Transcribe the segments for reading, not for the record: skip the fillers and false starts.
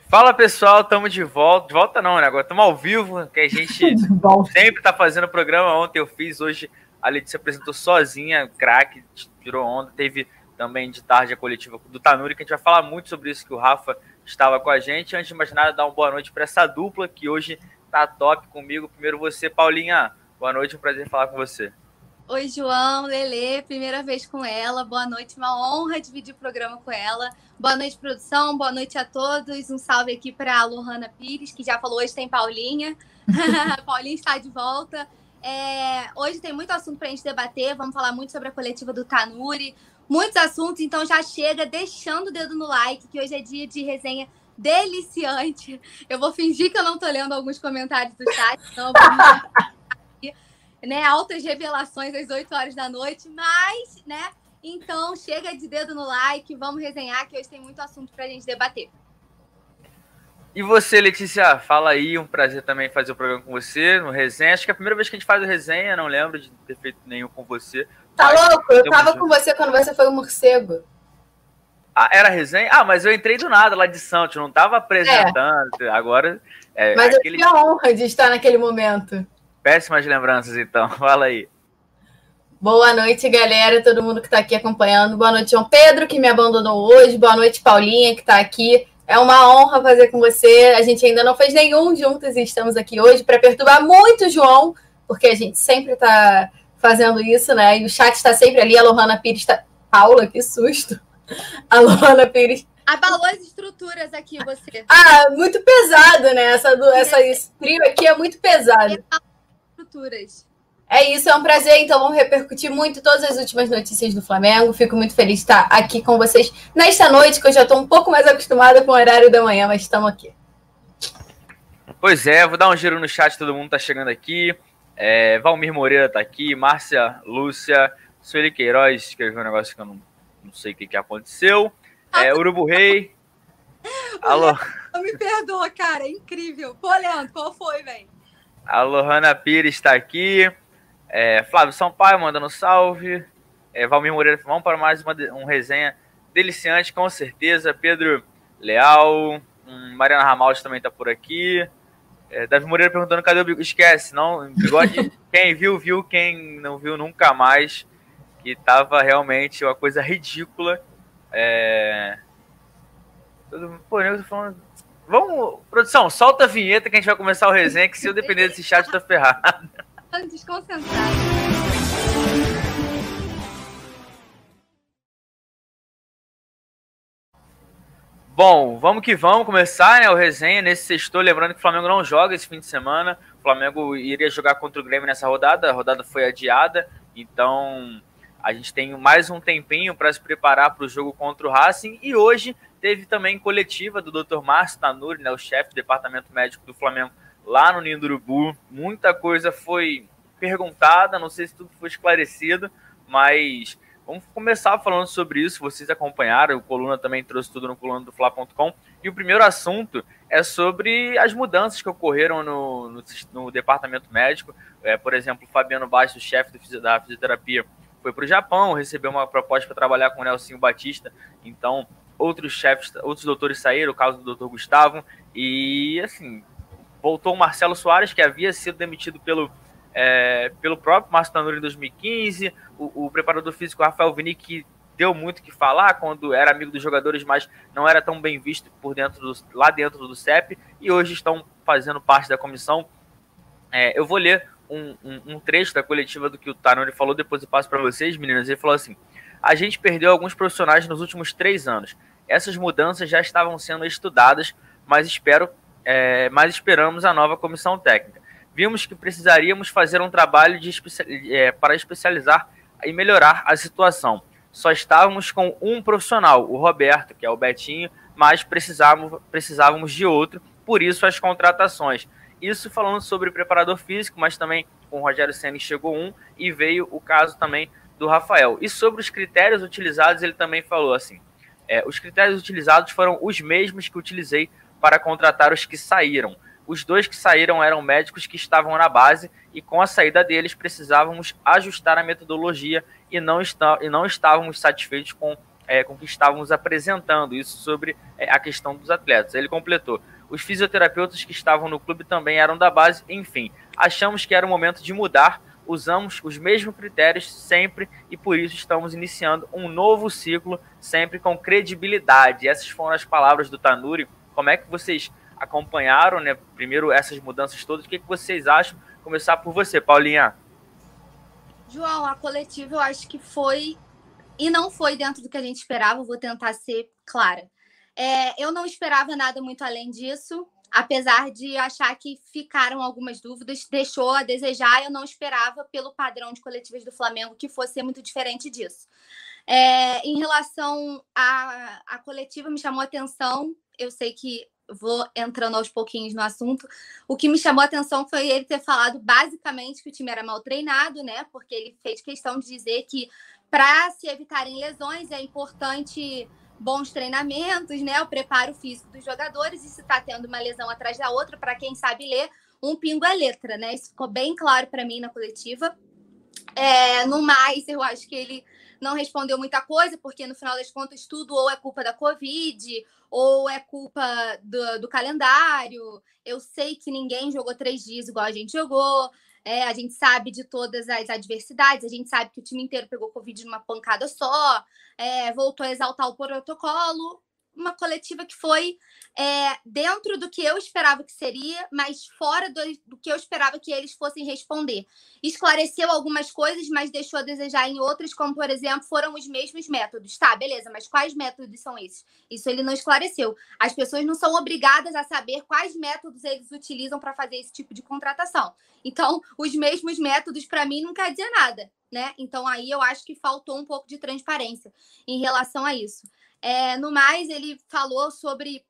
Fala pessoal, estamos de volta. De volta não, né? Agora estamos ao vivo, que a gente sempre está fazendo o programa. Ontem eu fiz, hoje a Letícia apresentou sozinha, craque, tirou onda. Teve também de tarde a coletiva do Tanuri, que a gente vai falar muito sobre isso, que o Rafa estava com a gente. Antes de mais nada, dar uma boa noite para essa dupla, que hoje tá top comigo. Primeiro você, Paulinha. Boa noite, um prazer falar com você. Oi, João, Lelê, primeira vez com ela. Boa noite, uma honra dividir o programa com ela. Boa noite, produção, boa noite a todos. Um salve aqui para a Lohana Pires, que já falou hoje tem Paulinha. Paulinha está de volta. Hoje tem muito assunto para a gente debater. Vamos falar muito sobre a coletiva do Tanuri. Muitos assuntos, então já chega deixando o dedo no like, que hoje é dia de resenha deliciante. Eu vou fingir que eu não estou lendo alguns comentários do chat, então altas revelações às 8 horas da noite, mas, então chega de dedo no like, vamos resenhar, que hoje tem muito assunto pra gente debater. E você, Letícia, fala aí, um prazer também fazer o programa com você, no resenha. Acho que é a primeira vez que a gente faz o resenha, não lembro de ter feito nenhum com você. Tá louco? Eu tava com você quando você foi o morcego. Ah, era resenha? Ah, mas eu entrei do nada lá de Santos, não tava apresentando, agora... mas eu tive a honra de estar naquele momento. Péssimas lembranças, então. Fala aí. Boa noite, galera. Todo mundo que está aqui acompanhando. Boa noite, João Pedro, que me abandonou hoje. Boa noite, Paulinha, que está aqui. É uma honra fazer com você. A gente ainda não fez nenhum juntos e estamos aqui hoje para perturbar muito o João, porque a gente sempre está fazendo isso, né? E o chat está sempre ali. A Lohana Pires está... Paula, que susto. A Lohana Pires... Abalou as estruturas aqui, você. Ah, muito pesado, né? Esse trio aqui é muito pesado. É isso, é um prazer. Então vamos repercutir muito todas as últimas notícias do Flamengo. Fico muito feliz de estar aqui com vocês nesta noite, que eu já estou um pouco mais acostumada com o horário da manhã, mas estamos aqui. Pois é, vou dar um giro no chat, todo mundo está chegando aqui. Valmir Moreira está aqui, Márcia, Lúcia, Sueli Queiroz escreveu um negócio que eu não sei o que aconteceu. Urubu Rei. Alô. Me perdoa, cara, é incrível. Pô, Leandro, qual foi, velho? A Lohana Pires está aqui. Flávio Sampaio mandando salve. Valmir Moreira, vamos para mais um resenha deliciante, com certeza. Pedro Leal. Mariana Ramaldi também está por aqui. Davi Moreira perguntando cadê o bigode. Esquece, não. Bigode, quem viu, viu. Quem não viu, nunca mais. Que tava realmente uma coisa ridícula. Pô, eu tô falando. Vamos, produção, solta a vinheta que a gente vai começar o resenha, que se eu depender desse chat, eu tô ferrado. Desconcentrado. Bom, vamos que vamos começar, né, o resenha nesse sextou. Lembrando que o Flamengo não joga esse fim de semana. O Flamengo iria jogar contra o Grêmio nessa rodada. A rodada foi adiada, então a gente tem mais um tempinho para se preparar para o jogo contra o Racing. E hoje teve também coletiva do Dr. Márcio Tanuri, né, o chefe do departamento médico do Flamengo, lá no Ninho do Urubu. Muita coisa foi perguntada, não sei se tudo foi esclarecido, mas vamos começar falando sobre isso. Vocês acompanharam, o Coluna também trouxe tudo no coluna do Fla.com. E o primeiro assunto é sobre as mudanças que ocorreram no departamento médico. Por exemplo, o Fabiano Bastos, chefe da fisioterapia, foi para o Japão, recebeu uma proposta para trabalhar com o Nelsinho Batista. Então, outros chefes, outros doutores saíram, o caso do doutor Gustavo, e assim, voltou o Marcelo Soares, que havia sido demitido pelo próprio Márcio Tanuri em 2015, o preparador físico Rafael Vini, que deu muito o que falar quando era amigo dos jogadores, mas não era tão bem visto lá dentro do CEP, e hoje estão fazendo parte da comissão. Eu vou ler um trecho da coletiva do que o Tanuri falou, depois eu passo para vocês, meninas. Ele falou assim: a gente perdeu alguns profissionais nos últimos 3 anos. Essas mudanças já estavam sendo estudadas, mas esperamos a nova comissão técnica. Vimos que precisaríamos fazer um trabalho para especializar e melhorar a situação. Só estávamos com um profissional, o Roberto, que é o Betinho, mas precisávamos de outro, por isso as contratações. Isso falando sobre preparador físico, mas também com o Rogério Ceni chegou e veio o caso também do Rafael. E sobre os critérios utilizados, ele também falou assim: os critérios utilizados foram os mesmos que utilizei para contratar os que saíram. Os 2 que saíram eram médicos que estavam na base e com a saída deles precisávamos ajustar a metodologia e não estávamos satisfeitos com com que estávamos apresentando, isso sobre a questão dos atletas. Ele completou: os fisioterapeutas que estavam no clube também eram da base, enfim, achamos que era o momento de mudar, usamos os mesmos critérios sempre e por isso estamos iniciando um novo ciclo, sempre com credibilidade. Essas foram as palavras do Tanuri. Como é que vocês acompanharam, né, primeiro essas mudanças todas? O que vocês acham? Começar por você, Paulinha. João, a coletiva eu acho que foi e não foi dentro do que a gente esperava, vou tentar ser clara. Eu não esperava nada muito além disso, apesar de achar que ficaram algumas dúvidas, deixou a desejar. Eu não esperava, pelo padrão de coletivas do Flamengo, que fosse ser muito diferente disso. Em relação à coletiva, me chamou a atenção, eu sei que vou entrando aos pouquinhos no assunto, o que me chamou a atenção foi ele ter falado basicamente que o time era mal treinado, né? Porque ele fez questão de dizer que para se evitarem lesões é importante bons treinamentos, né? O preparo físico dos jogadores, e se está tendo uma lesão atrás da outra, para quem sabe ler, um pingo é letra, né? Isso ficou bem claro para mim na coletiva. No mais, eu acho que ele não respondeu muita coisa, porque no final das contas tudo ou é culpa da Covid, ou é culpa do calendário. Eu sei que ninguém jogou 3 dias igual a gente jogou. A gente sabe de todas as adversidades, a gente sabe que o time inteiro pegou Covid numa pancada só, voltou a exaltar o protocolo. Uma coletiva que foi dentro do que eu esperava que seria, mas fora do que eu esperava que eles fossem responder. Esclareceu algumas coisas, mas deixou a desejar em outras, como, por exemplo, foram os mesmos métodos. Tá, beleza, mas quais métodos são esses? Isso ele não esclareceu. As pessoas não são obrigadas a saber quais métodos eles utilizam para fazer esse tipo de contratação. Então, os mesmos métodos, para mim, não quer dizer nada, né? Então, aí eu acho que faltou um pouco de transparência em relação a isso. No mais, ele falou sobre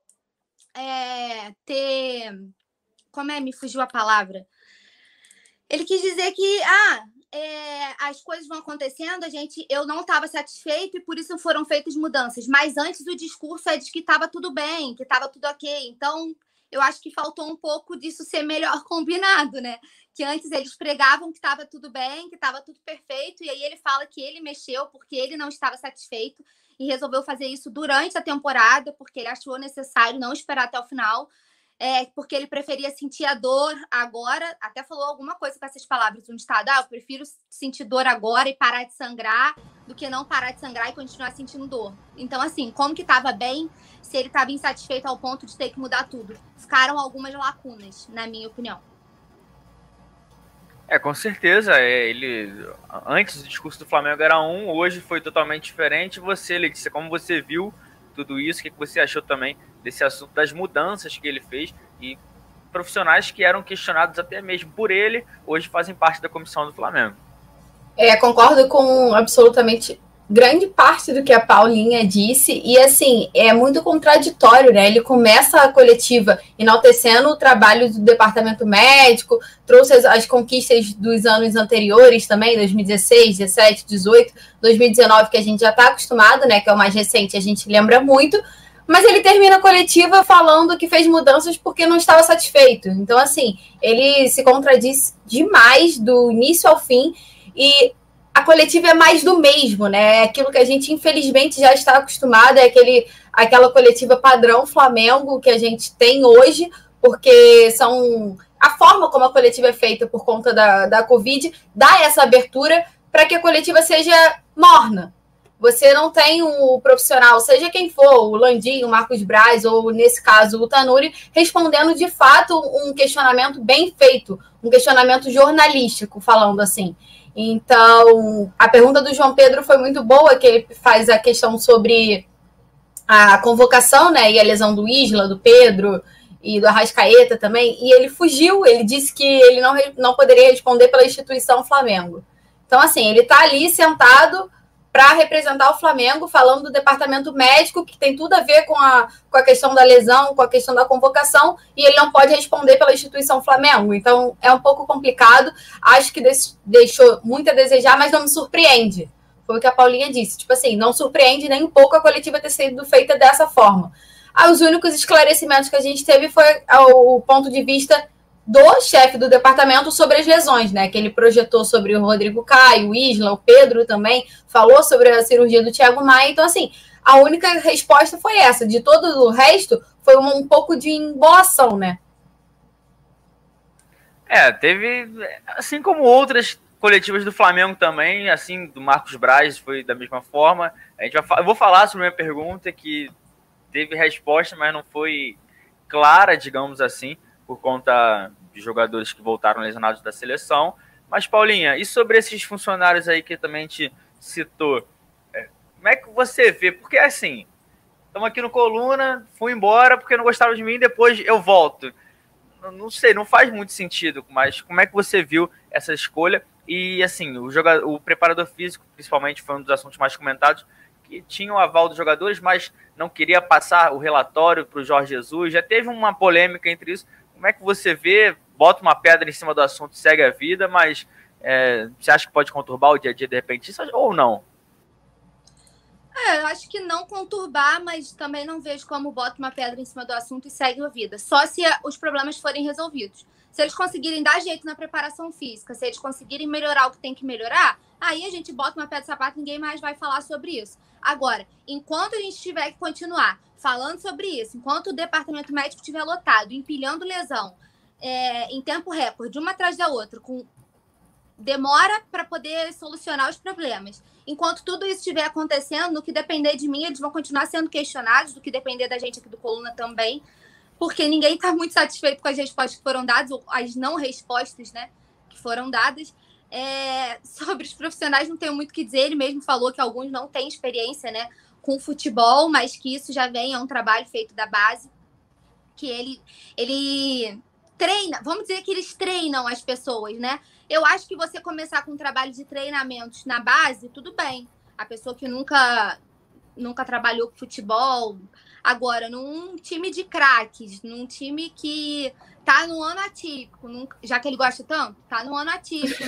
me fugiu a palavra. Ele quis dizer que as coisas vão acontecendo, eu não estava satisfeito e por isso foram feitas mudanças. Mas antes o discurso é de que estava tudo bem, que estava tudo ok. Então, eu acho que faltou um pouco disso ser melhor combinado, né? Que antes eles pregavam que estava tudo bem, que estava tudo perfeito, e aí ele fala que ele mexeu porque ele não estava satisfeito e resolveu fazer isso durante a temporada, porque ele achou necessário não esperar até o final, porque ele preferia sentir a dor agora. Até falou alguma coisa com essas palavras, um estado: eu prefiro sentir dor agora e parar de sangrar do que não parar de sangrar e continuar sentindo dor. Então, assim, como que estava bem se ele estava insatisfeito ao ponto de ter que mudar tudo? Ficaram algumas lacunas, na minha opinião. Com certeza. Antes o discurso do Flamengo era hoje foi totalmente diferente. Você, Letícia, como você viu tudo isso? O que você achou também desse assunto, das mudanças que ele fez e profissionais que eram questionados até mesmo por ele, hoje fazem parte da comissão do Flamengo? Concordo com absolutamente grande parte do que a Paulinha disse, e assim, é muito contraditório, né? Ele começa a coletiva enaltecendo o trabalho do departamento médico, trouxe as conquistas dos anos anteriores também, 2016, 17, 18, 2019, que a gente já está acostumado, né? Que é o mais recente, a gente lembra muito, mas ele termina a coletiva falando que fez mudanças porque não estava satisfeito. Então, assim, ele se contradiz demais do início ao fim, e a coletiva é mais do mesmo, né? Aquilo que a gente, infelizmente, já está acostumado, aquela coletiva padrão Flamengo que a gente tem hoje, porque a forma como a coletiva é feita por conta da Covid dá essa abertura para que a coletiva seja morna. Você não tem o profissional, seja quem for, o Landim, o Marcos Braz, ou, nesse caso, o Tanuri, respondendo, de fato, um questionamento bem feito, um questionamento jornalístico, falando assim. Então, a pergunta do João Pedro foi muito boa, que ele faz a questão sobre a convocação, né, e a lesão do Isla, do Pedro e do Arrascaeta também, e ele fugiu, ele disse que ele não poderia responder pela instituição Flamengo. Então, assim, ele está ali sentado para representar o Flamengo, falando do departamento médico, que tem tudo a ver com a questão da lesão, com a questão da convocação, e ele não pode responder pela instituição Flamengo. Então, é um pouco complicado. Acho que deixou muito a desejar, mas não me surpreende. Foi o que a Paulinha disse. Tipo assim, não surpreende nem um pouco a coletiva ter sido feita dessa forma. Os únicos esclarecimentos que a gente teve foi o ponto de vista do chefe do departamento sobre as lesões, né? Que ele projetou sobre o Rodrigo Caio, o Isla, o Pedro também falou sobre a cirurgia do Thiago Maia. Então, assim, a única resposta foi essa. De todo o resto, foi um pouco de embolação, né? Teve, assim como outras coletivas do Flamengo também, assim, do Marcos Braz foi da mesma forma. Eu vou falar sobre a minha pergunta, que teve resposta, mas não foi clara, digamos assim, por conta de jogadores que voltaram lesionados da seleção. Mas, Paulinha, e sobre esses funcionários aí que também te citou, como é que você vê? Porque, assim, estamos aqui no Coluna, fui embora porque não gostava de mim, depois eu volto. Não sei, não faz muito sentido, mas como é que você viu essa escolha? E, assim, o preparador físico, principalmente, foi um dos assuntos mais comentados, que tinha o aval dos jogadores, mas não queria passar o relatório para o Jorge Jesus. Já teve uma polêmica entre isso. Como é que você vê? Bota uma pedra em cima do assunto, segue a vida, mas você acha que pode conturbar o dia a dia de repente isso, ou não? Eu acho que não conturbar, mas também não vejo como bota uma pedra em cima do assunto e segue a vida. Só se os problemas forem resolvidos. Se eles conseguirem dar jeito na preparação física, se eles conseguirem melhorar o que tem que melhorar, aí a gente bota uma pedra de sapato e ninguém mais vai falar sobre isso. Agora, enquanto a gente tiver que continuar falando sobre isso, enquanto o departamento médico estiver lotado, empilhando lesão em tempo recorde, uma atrás da outra, com demora para poder solucionar os problemas. Enquanto tudo isso estiver acontecendo, no que depender de mim, eles vão continuar sendo questionados, do que depender da gente aqui do Coluna também, porque ninguém está muito satisfeito com as respostas que foram dadas, ou as não respostas, né, que foram dadas. Sobre os profissionais não tenho muito o que dizer, ele mesmo falou que alguns não têm experiência, né, com futebol, mas que isso já vem, é um trabalho feito da base, que ele treina, vamos dizer que eles treinam as pessoas, né? Eu acho que você começar com um trabalho de treinamentos na base, tudo bem. A pessoa que nunca trabalhou com futebol, agora, num time de craques, num time que tá no ano atípico, já que ele gosta tanto, tá no ano atípico,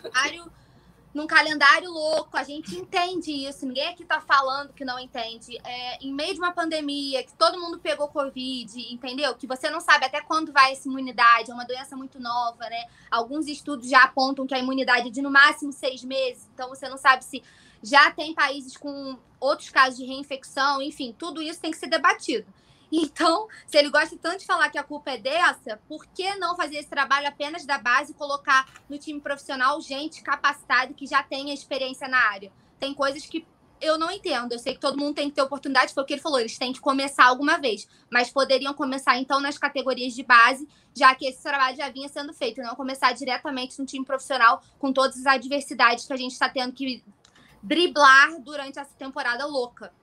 num calendário louco, a gente entende isso, ninguém aqui tá falando que não entende. Em meio de uma pandemia, que todo mundo pegou Covid, entendeu? Que você não sabe até quando vai essa imunidade, é uma doença muito nova, né? Alguns estudos já apontam que a imunidade é de no máximo 6 meses, então você não sabe se já tem países com outros casos de reinfecção, enfim, tudo isso tem que ser debatido. Então, se ele gosta tanto de falar que a culpa é dessa, por que não fazer esse trabalho apenas da base e colocar no time profissional gente capacitada que já tenha experiência na área? Tem coisas que eu não entendo. Eu sei que todo mundo tem que ter oportunidade, foi o que ele falou, eles têm que começar alguma vez. Mas poderiam começar, então, nas categorias de base, já que esse trabalho já vinha sendo feito, e não começar diretamente no time profissional com todas as adversidades que a gente está tendo que driblar durante essa temporada louca.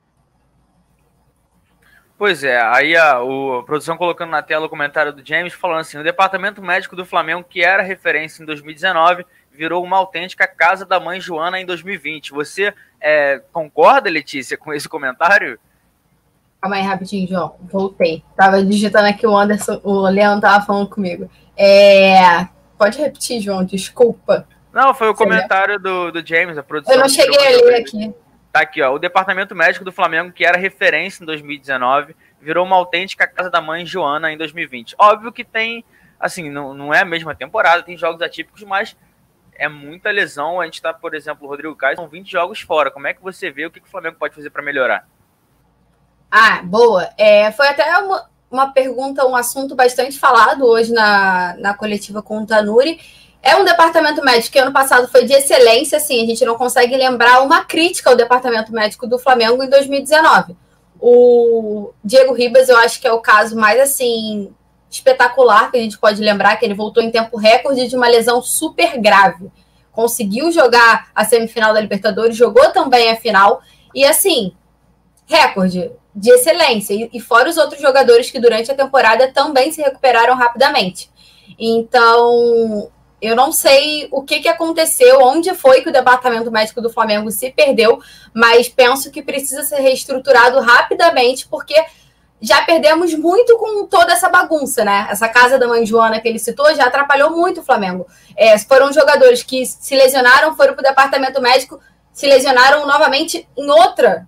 Pois é, aí a produção colocando na tela o comentário do James falando assim: o departamento médico do Flamengo, que era referência em 2019, virou uma autêntica casa da mãe Joana em 2020. Você concorda, Letícia, com esse comentário? Calma aí, rapidinho, João. Voltei. Tava digitando aqui o Leandro tava falando comigo. Pode repetir, João, desculpa. Não, foi o comentário do James, a produção. Eu não cheguei a ler aqui. Tá aqui, ó. O departamento médico do Flamengo, que era referência em 2019, virou uma autêntica casa da mãe Joana em 2020. Óbvio que tem, assim, não é a mesma temporada, tem jogos atípicos, mas é muita lesão. A gente tá, por exemplo, o Rodrigo Caio, são 20 jogos fora. Como é que você vê o que o Flamengo pode fazer para melhorar? Boa. Foi até uma pergunta, um assunto bastante falado hoje na coletiva com o Tanuri. É um departamento médico que ano passado foi de excelência, assim, a gente não consegue lembrar uma crítica ao departamento médico do Flamengo em 2019. O Diego Ribas, eu acho que é o caso mais, assim, espetacular que a gente pode lembrar, que ele voltou em tempo recorde de uma lesão super grave. Conseguiu jogar a semifinal da Libertadores, jogou também a final, e assim, recorde de excelência. E fora os outros jogadores que durante a temporada também se recuperaram rapidamente. Então, eu não sei o que aconteceu, onde foi que o departamento médico do Flamengo se perdeu, mas penso que precisa ser reestruturado rapidamente, porque já perdemos muito com toda essa bagunça, né? Essa casa da mãe Joana que ele citou já atrapalhou muito o Flamengo. Foram jogadores que se lesionaram, foram para o departamento médico, se lesionaram novamente em outra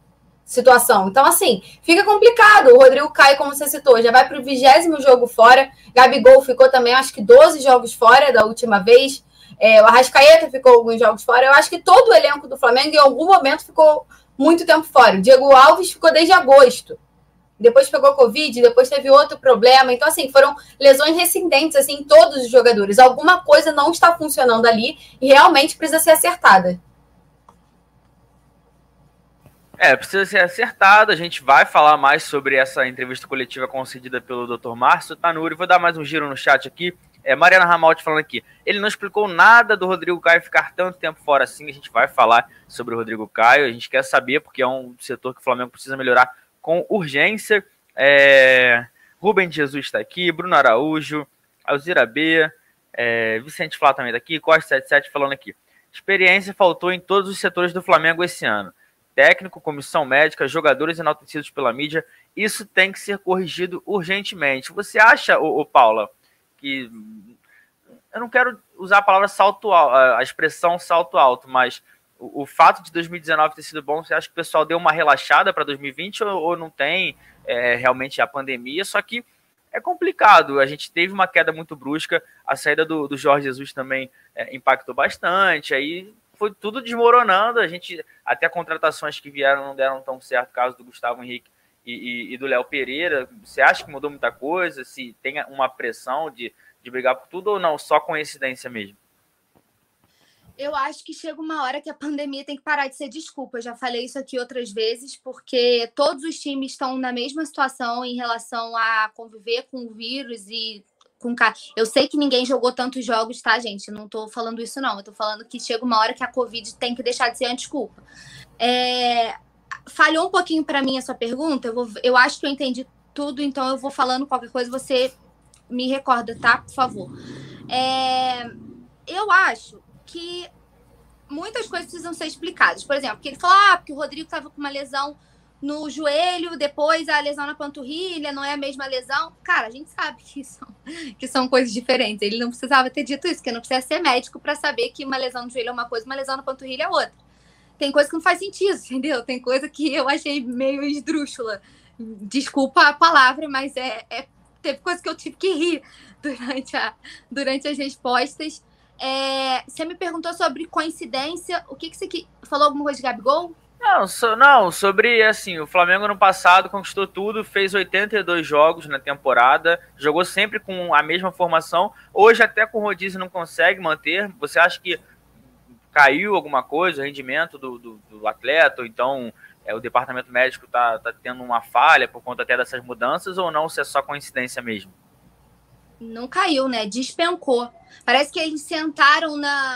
situação. Então, assim, fica complicado. O Rodrigo Caio, como você citou, já vai para o 20º jogo fora. Gabigol ficou também, acho que 12 jogos fora da última vez. O Arrascaeta ficou alguns jogos fora. Eu acho que todo o elenco do Flamengo, em algum momento, ficou muito tempo fora. O Diego Alves ficou desde agosto. Depois pegou Covid, depois teve outro problema. Então, assim, foram lesões rescindentes, assim, em todos os jogadores. Alguma coisa não está funcionando ali e realmente precisa ser acertada. Precisa ser acertado. A gente vai falar mais sobre essa entrevista coletiva concedida pelo Dr. Márcio Tanuri. Vou dar mais um giro no chat aqui. Mariana Ramaldi falando aqui. Ele não explicou nada do Rodrigo Caio ficar tanto tempo fora assim. A gente vai falar sobre o Rodrigo Caio. A gente quer saber, porque é um setor que o Flamengo precisa melhorar com urgência. Rubem Jesus está aqui. Bruno Araújo. Alzira B. Vicente Flá também está aqui. Costa 77 falando aqui. Experiência faltou em todos os setores do Flamengo esse ano. Técnico, comissão médica, jogadores enaltecidos pela mídia, isso tem que ser corrigido urgentemente. Você acha, Paula, que... Eu não quero usar a palavra salto alto, a expressão salto alto, mas o fato de 2019 ter sido bom, você acha que o pessoal deu uma relaxada para 2020 ou não tem realmente a pandemia? Só que é complicado, a gente teve uma queda muito brusca, a saída do Jorge Jesus também impactou bastante, aí foi tudo desmoronando, a gente até contratações que vieram não deram tão certo, caso do Gustavo Henrique e do Léo Pereira. Você acha que mudou muita coisa? Se tem uma pressão de brigar por tudo ou não? Só coincidência mesmo? Eu acho que chega uma hora que a pandemia tem que parar de ser desculpa. Eu já falei isso aqui outras vezes, porque todos os times estão na mesma situação em relação a conviver com o vírus e eu sei que ninguém jogou tantos jogos, tá, gente? Eu não tô falando isso, não. Eu tô falando que chega uma hora que a Covid tem que deixar de ser uma desculpa. Falhou um pouquinho para mim a sua pergunta. Eu acho que eu entendi tudo, então eu vou falando qualquer coisa, você me recorda, tá? Por favor. Eu acho que muitas coisas precisam ser explicadas. Por exemplo, que ele falou, porque o Rodrigo estava com uma lesão no joelho, depois a lesão na panturrilha, não é a mesma lesão. Cara, a gente sabe que são coisas diferentes. Ele não precisava ter dito isso, porque não precisa ser médico para saber que uma lesão no joelho é uma coisa, uma lesão na panturrilha é outra. Tem coisa que não faz sentido, entendeu? Tem coisa que eu achei meio esdrúxula. Desculpa a palavra, mas teve coisa que eu tive que rir durante as respostas. Você me perguntou sobre coincidência. O que você falou? Alguma coisa de Gabigol? Não, sobre, assim, o Flamengo no passado conquistou tudo, fez 82 jogos na temporada, jogou sempre com a mesma formação, hoje até com o rodízio não consegue manter. Você acha que caiu alguma coisa, o rendimento do atleta, ou então o departamento médico tá tendo uma falha por conta até dessas mudanças, ou não, se é só coincidência mesmo? Não caiu, né? Despencou. Parece que eles sentaram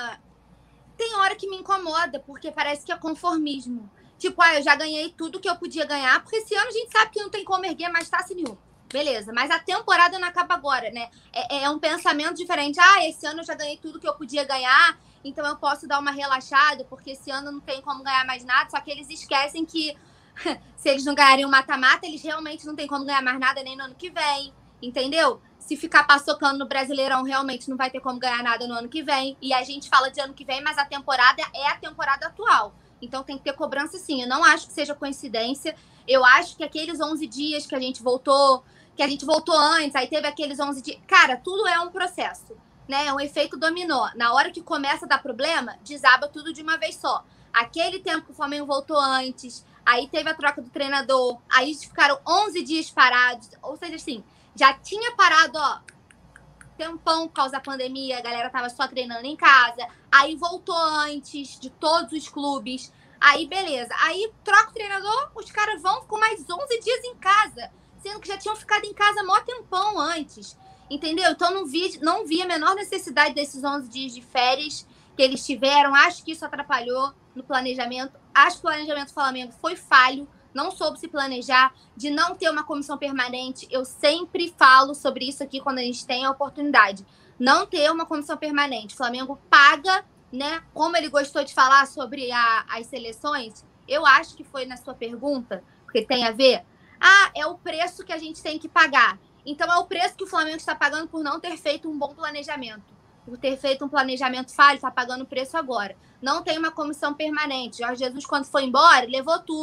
Tem hora que me incomoda, porque parece que é conformismo. Tipo, eu já ganhei tudo que eu podia ganhar, porque esse ano a gente sabe que não tem como erguer mais taça nenhuma. Beleza, mas a temporada não acaba agora, né? É um pensamento diferente. Esse ano eu já ganhei tudo que eu podia ganhar, então eu posso dar uma relaxada, porque esse ano não tem como ganhar mais nada. Só que eles esquecem que se eles não ganharem o mata-mata, eles realmente não tem como ganhar mais nada nem no ano que vem, entendeu? Se ficar paçocando no Brasileirão, realmente não vai ter como ganhar nada no ano que vem. E a gente fala de ano que vem, mas a temporada é a temporada atual. Então tem que ter cobrança sim. Eu não acho que seja coincidência. Eu acho que aqueles 11 dias que a gente voltou antes, aí teve aqueles 11 dias... Cara, tudo é um processo, né? É um efeito dominó. Na hora que começa a dar problema, desaba tudo de uma vez só. Aquele tempo que o Flamengo voltou antes, aí teve a troca do treinador, aí eles ficaram 11 dias parados. Ou seja, assim... Já tinha parado, tempão por causa da pandemia, a galera tava só treinando em casa. Aí voltou antes de todos os clubes. Aí, beleza. Aí troca o treinador, os caras vão com mais 11 dias em casa. Sendo que já tinham ficado em casa mó tempão antes. Entendeu? Então não vi a menor necessidade desses 11 dias de férias que eles tiveram. Acho que isso atrapalhou no planejamento. Acho que o planejamento do Flamengo foi falho. Não soube se planejar, de não ter uma comissão permanente. Eu sempre falo sobre isso aqui quando a gente tem a oportunidade. Não ter uma comissão permanente. O Flamengo paga, né? Como ele gostou de falar sobre as seleções, eu acho que foi na sua pergunta, porque tem a ver. É o preço que a gente tem que pagar. Então é o preço que o Flamengo está pagando por não ter feito um bom planejamento. Por ter feito um planejamento falho, está pagando o preço agora. Não tem uma comissão permanente. Jorge Jesus, quando foi embora, levou tudo.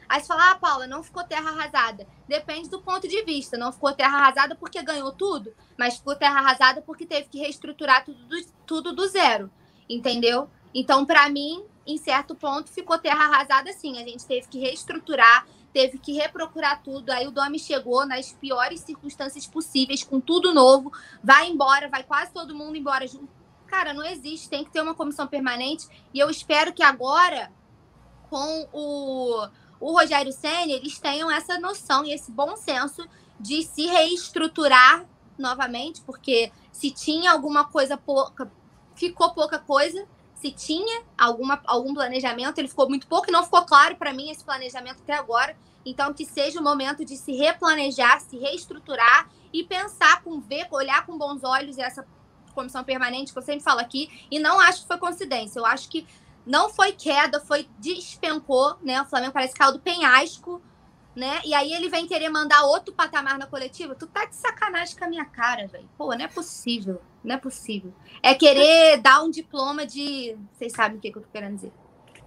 Aí você fala, Paula, não ficou terra arrasada. Depende do ponto de vista. Não ficou terra arrasada porque ganhou tudo, mas ficou terra arrasada porque teve que reestruturar tudo do zero, entendeu? Então, para mim, em certo ponto, ficou terra arrasada sim. A gente teve que reestruturar, teve que reprocurar tudo. Aí o Domi chegou nas piores circunstâncias possíveis, com tudo novo. Vai embora, vai quase todo mundo embora junto. Cara, não existe. Tem que ter uma comissão permanente. E eu espero que agora, com o Rogério Ceni, eles tenham essa noção e esse bom senso de se reestruturar novamente, porque se tinha alguma coisa pouca, ficou pouca coisa. Se tinha algum planejamento, ele ficou muito pouco e não ficou claro para mim esse planejamento até agora. Então, que seja o momento de se replanejar, se reestruturar e pensar, olhar com bons olhos essa comissão permanente que eu sempre falo aqui. E não acho que foi coincidência. Eu acho que não foi queda, despencou, né? O Flamengo parece que caiu do penhasco, né? E aí ele vem querer mandar outro patamar na coletiva. Tu tá de sacanagem com a minha cara, velho. Pô, não é possível. Não é possível. É querer dar um diploma de... Vocês sabem o que eu tô querendo dizer.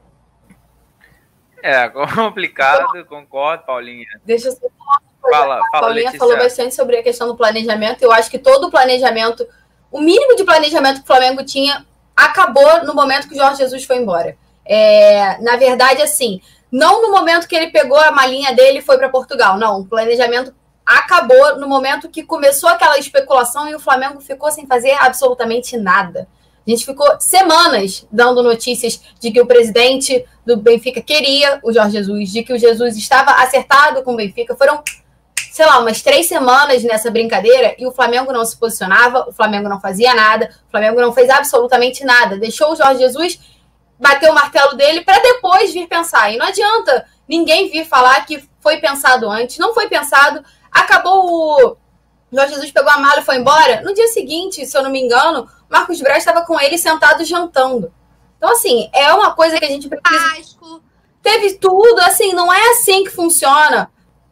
É complicado, concordo, Paulinha. Deixa eu só falar. Fala, Paulinha Letícia. falou bastante sobre a questão do planejamento. Eu acho que todo o planejamento, o mínimo de planejamento que o Flamengo tinha, acabou no momento que o Jorge Jesus foi embora. Na verdade, assim, não no momento que ele pegou a malinha dele e foi para Portugal. Não, o planejamento acabou no momento que começou aquela especulação e o Flamengo ficou sem fazer absolutamente nada. A gente ficou semanas dando notícias de que o presidente do Benfica queria o Jorge Jesus, de que o Jesus estava acertado com o Benfica. Foram, sei lá, umas 3 semanas nessa brincadeira e o Flamengo não se posicionava, o Flamengo não fazia nada, o Flamengo não fez absolutamente nada. Deixou o Jorge Jesus bater o martelo dele para depois vir pensar. E não adianta ninguém vir falar que foi pensado antes. Não foi pensado. Acabou o Jorge Jesus, pegou a mala e foi embora. No dia seguinte, se eu não me engano, Marcos Braz estava com ele sentado jantando. Então, assim, é uma coisa que a gente precisa... Teve tudo, assim, não é assim que funciona.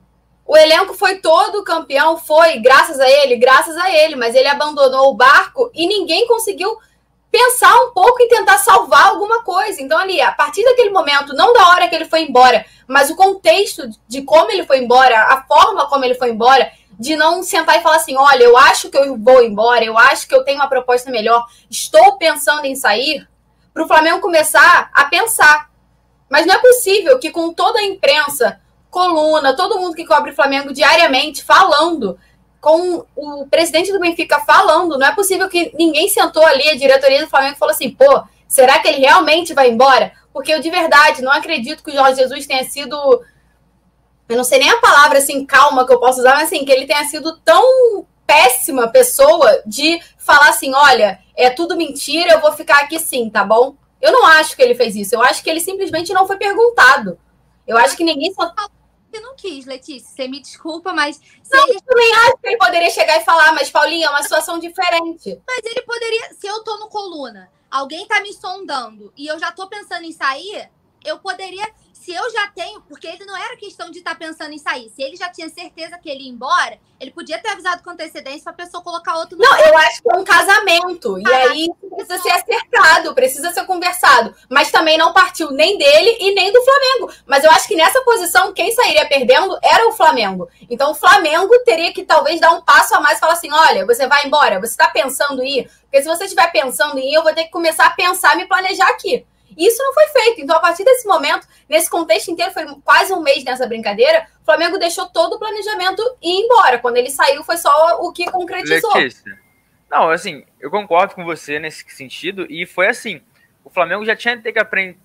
O elenco foi todo campeão, foi graças a ele, mas ele abandonou o barco e ninguém conseguiu pensar um pouco em tentar salvar alguma coisa. Então, ali, a partir daquele momento, não da hora que ele foi embora, mas o contexto de como ele foi embora, a forma como ele foi embora, de não sentar e falar assim, olha, eu acho que eu vou embora, eu acho que eu tenho uma proposta melhor, estou pensando em sair, para o Flamengo começar a pensar. Mas não é possível que com toda a imprensa, coluna, todo mundo que cobre o Flamengo diariamente, falando, com o presidente do Benfica falando, não é possível que ninguém sentou ali, a diretoria do Flamengo falou assim, pô, será que ele realmente vai embora? Porque eu de verdade não acredito que o Jorge Jesus tenha sido, eu não sei nem a palavra assim, calma que eu posso usar, mas assim, que ele tenha sido tão péssima pessoa de falar assim, olha, é tudo mentira, eu vou ficar aqui sim, tá bom? Eu não acho que ele fez isso, eu acho que ele simplesmente não foi perguntado. Eu acho que ninguém só... Você não quis, Letícia, você me desculpa, mas... Eu também acho que ele poderia chegar e falar, mas, Paulinha, é uma situação diferente. Mas ele poderia... Se eu tô no coluna, alguém tá me sondando e eu já tô pensando em sair, eu poderia... Se eu já tenho... Porque ele não era questão de estar pensando em sair. Se ele já tinha certeza que ele ia embora, ele podia ter avisado com antecedência pra pessoa colocar outro... Não, eu acho que é um casamento. E aí precisa ser acertado, precisa ser conversado. Mas também não partiu nem dele e nem do Flamengo. Mas eu acho que nessa posição, quem sairia perdendo era o Flamengo. Então o Flamengo teria que talvez dar um passo a mais e falar assim, olha, você vai embora, você tá pensando em ir? Porque se você estiver pensando em ir, eu vou ter que começar a pensar, me planejar aqui. E isso não foi feito. Então, a partir desse momento, nesse contexto inteiro, foi quase um mês nessa brincadeira, o Flamengo deixou todo o planejamento ir embora. Quando ele saiu, foi só o que concretizou. Letícia, não, assim, eu concordo com você nesse sentido, e foi assim, o Flamengo já tinha ter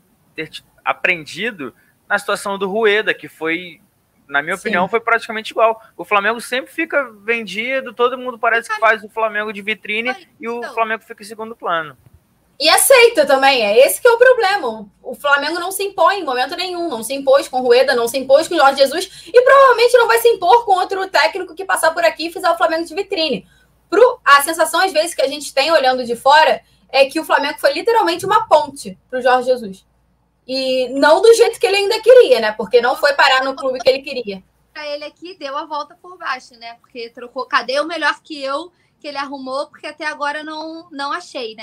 aprendido na situação do Rueda, que foi, na minha opinião, foi praticamente igual. O Flamengo sempre fica vendido, todo mundo parece que faz o Flamengo de vitrine, e o Flamengo fica em segundo plano. E aceita também, é esse que é o problema. O Flamengo não se impõe em momento nenhum, não se impôs com o Rueda, não se impôs com o Jorge Jesus e provavelmente não vai se impor com outro técnico que passar por aqui e fizer o Flamengo de vitrine. A sensação, às vezes, que a gente tem olhando de fora é que o Flamengo foi literalmente uma ponte para o Jorge Jesus. E não do jeito que ele ainda queria, né? Porque não foi parar no clube que ele queria. Pra ele aqui, deu a volta por baixo, né? Porque trocou, cadê o melhor que eu, que ele arrumou? Porque até agora não achei, né?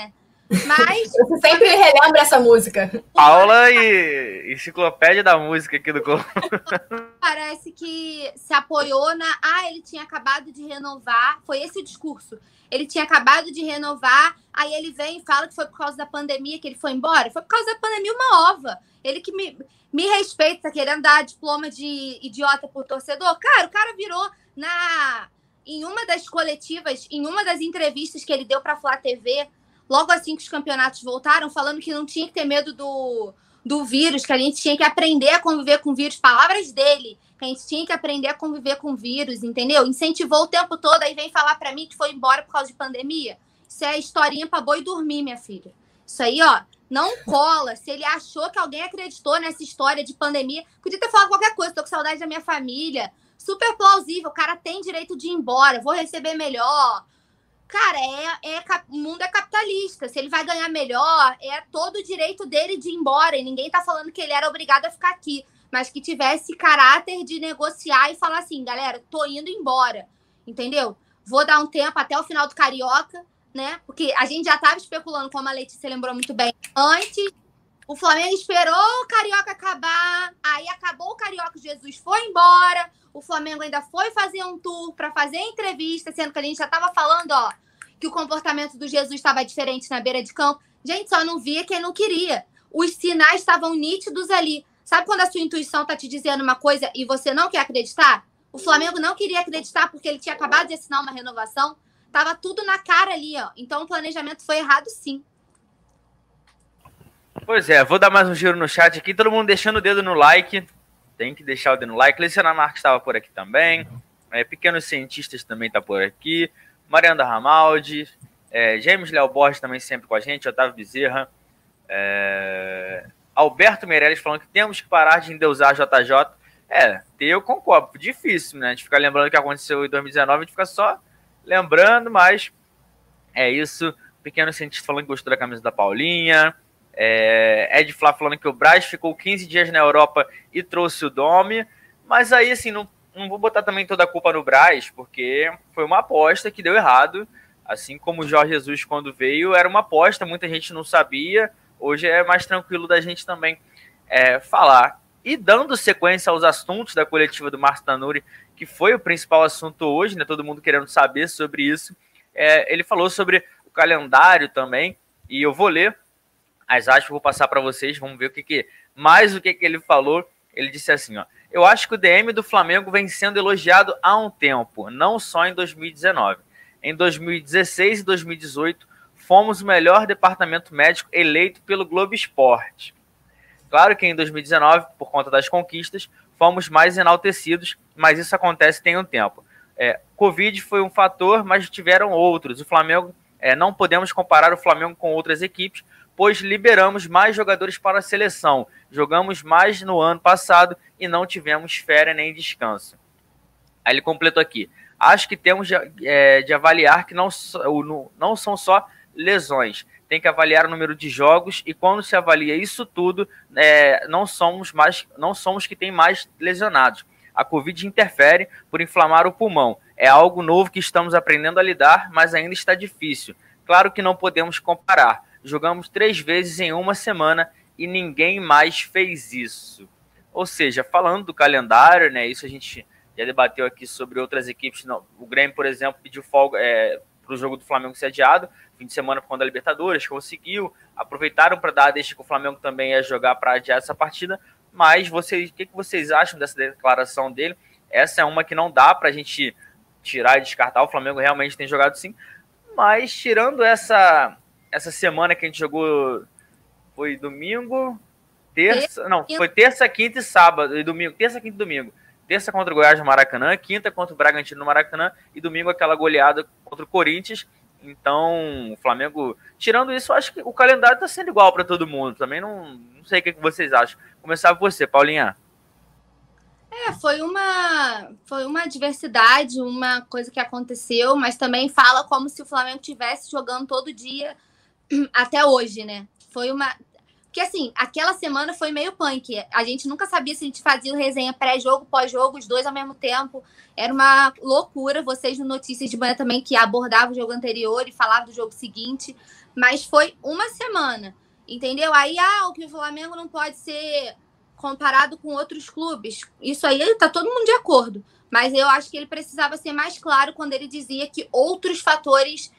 Mas você sempre relembra essa música. Paula e enciclopédia da música aqui do Globo. Parece que se apoiou na... ele tinha acabado de renovar. Foi esse o discurso. Ele tinha acabado de renovar, aí ele vem e fala que foi por causa da pandemia que ele foi embora. Foi por causa da pandemia uma ova. Ele que me respeita, tá querendo dar diploma de idiota por torcedor. Cara, o cara virou em uma das coletivas, em uma das entrevistas que ele deu pra Flá TV, logo assim que os campeonatos voltaram, falando que não tinha que ter medo do vírus, que a gente tinha que aprender a conviver com o vírus. Palavras dele, que a gente tinha que aprender a conviver com o vírus, entendeu? Incentivou o tempo todo, aí vem falar pra mim que foi embora por causa de pandemia. Isso é historinha pra boi dormir, minha filha. Isso aí, ó, não cola. Se ele achou que alguém acreditou nessa história de pandemia, podia ter falado qualquer coisa, tô com saudade da minha família. Super plausível, o cara tem direito de ir embora, vou receber melhor. Cara, o mundo é capitalista. Se ele vai ganhar melhor, é todo o direito dele de ir embora. E ninguém tá falando que ele era obrigado a ficar aqui. Mas que tivesse caráter de negociar e falar assim, galera, tô indo embora. Entendeu? Vou dar um tempo até o final do Carioca, né? Porque a gente já tava especulando, como a Letícia lembrou muito bem, antes. O Flamengo esperou o Carioca acabar. Aí acabou o Carioca, Jesus foi embora. O Flamengo ainda foi fazer um tour para fazer entrevista, sendo que a gente já estava falando, ó, que o comportamento do Jesus estava diferente na beira de campo. Gente, só não via quem não queria. Os sinais estavam nítidos ali. Sabe quando a sua intuição tá te dizendo uma coisa e você não quer acreditar? O Flamengo não queria acreditar porque ele tinha acabado de assinar uma renovação. Tava tudo na cara ali, ó. Então o planejamento foi errado, sim. Pois é, vou dar mais um giro no chat aqui. Todo mundo deixando o dedo no like. Tem que deixar o dedo no like. Luciana Marques estava por aqui também. Pequenos Cientistas também está por aqui. Mariana Ramaldi. James Léo Borges também sempre com a gente. Otávio Bezerra. Alberto Meirelles falando que temos que parar de endeusar JJ. Eu concordo. Difícil, né? A gente ficar lembrando o que aconteceu em 2019. A gente fica só lembrando, mas é isso. Pequeno Cientista falando que gostou da camisa da Paulinha. Ed Flá falando que o Braz ficou 15 dias na Europa e trouxe o Domi, mas aí assim, não vou botar também toda a culpa no Braz, porque foi uma aposta que deu errado, assim como o Jorge Jesus quando veio, era uma aposta, muita gente não sabia, hoje é mais tranquilo da gente também falar. E dando sequência aos assuntos da coletiva do Márcio Tanuri, que foi o principal assunto hoje, né, todo mundo querendo saber sobre isso, ele falou sobre o calendário também, e eu vou ler as aspas, vou passar para vocês, vamos ver o que ele falou. Ele disse assim, ó: eu acho que o DM do Flamengo vem sendo elogiado há um tempo, não só em 2019. Em 2016 e 2018, fomos o melhor departamento médico eleito pelo Globo Esporte. Claro que em 2019, por conta das conquistas, fomos mais enaltecidos, mas isso acontece tem um tempo. Covid foi um fator, mas tiveram outros. O Flamengo, não podemos comparar o Flamengo com outras equipes, pois liberamos mais jogadores para a seleção, jogamos mais no ano passado e não tivemos férias nem descanso. Aí ele completou aqui: acho que temos de avaliar que não são só lesões, tem que avaliar o número de jogos, e quando se avalia isso tudo, não somos que tem mais lesionados. A Covid interfere por inflamar o pulmão. É algo novo que estamos aprendendo a lidar, mas ainda está difícil. Claro que não podemos comparar. Jogamos 3 vezes em uma semana e ninguém mais fez isso. Ou seja, falando do calendário, né? Isso a gente já debateu aqui sobre outras equipes. O Grêmio, por exemplo, pediu folga para o jogo do Flamengo ser adiado, fim de semana por conta da Libertadores, conseguiu. Aproveitaram para dar, deixa que o Flamengo também ia jogar para adiar essa partida. Mas o que vocês acham dessa declaração dele? Essa é uma que não dá para a gente tirar e descartar. O Flamengo realmente tem jogado sim. Mas tirando essa semana que a gente jogou, foi domingo, foi terça, quinta e sábado, e domingo, terça, quinta e domingo. Terça contra o Goiás no Maracanã, quinta contra o Bragantino no Maracanã, e domingo aquela goleada contra o Corinthians. Então, o Flamengo, tirando isso, eu acho que o calendário está sendo igual para todo mundo. Também não sei o que vocês acham. Começar com você, Paulinha. Foi uma diversidade, uma coisa que aconteceu, mas também fala como se o Flamengo estivesse jogando todo dia até hoje, né? Porque, assim, aquela semana foi meio punk. A gente nunca sabia se a gente fazia resenha pré-jogo, pós-jogo, os dois ao mesmo tempo. Era uma loucura. Vocês no Notícias de Manhã também, que abordavam o jogo anterior e falavam do jogo seguinte. Mas foi uma semana, entendeu? Aí, o que o Flamengo não pode ser comparado com outros clubes. Isso aí tá todo mundo de acordo. Mas eu acho que ele precisava ser mais claro quando ele dizia que outros fatores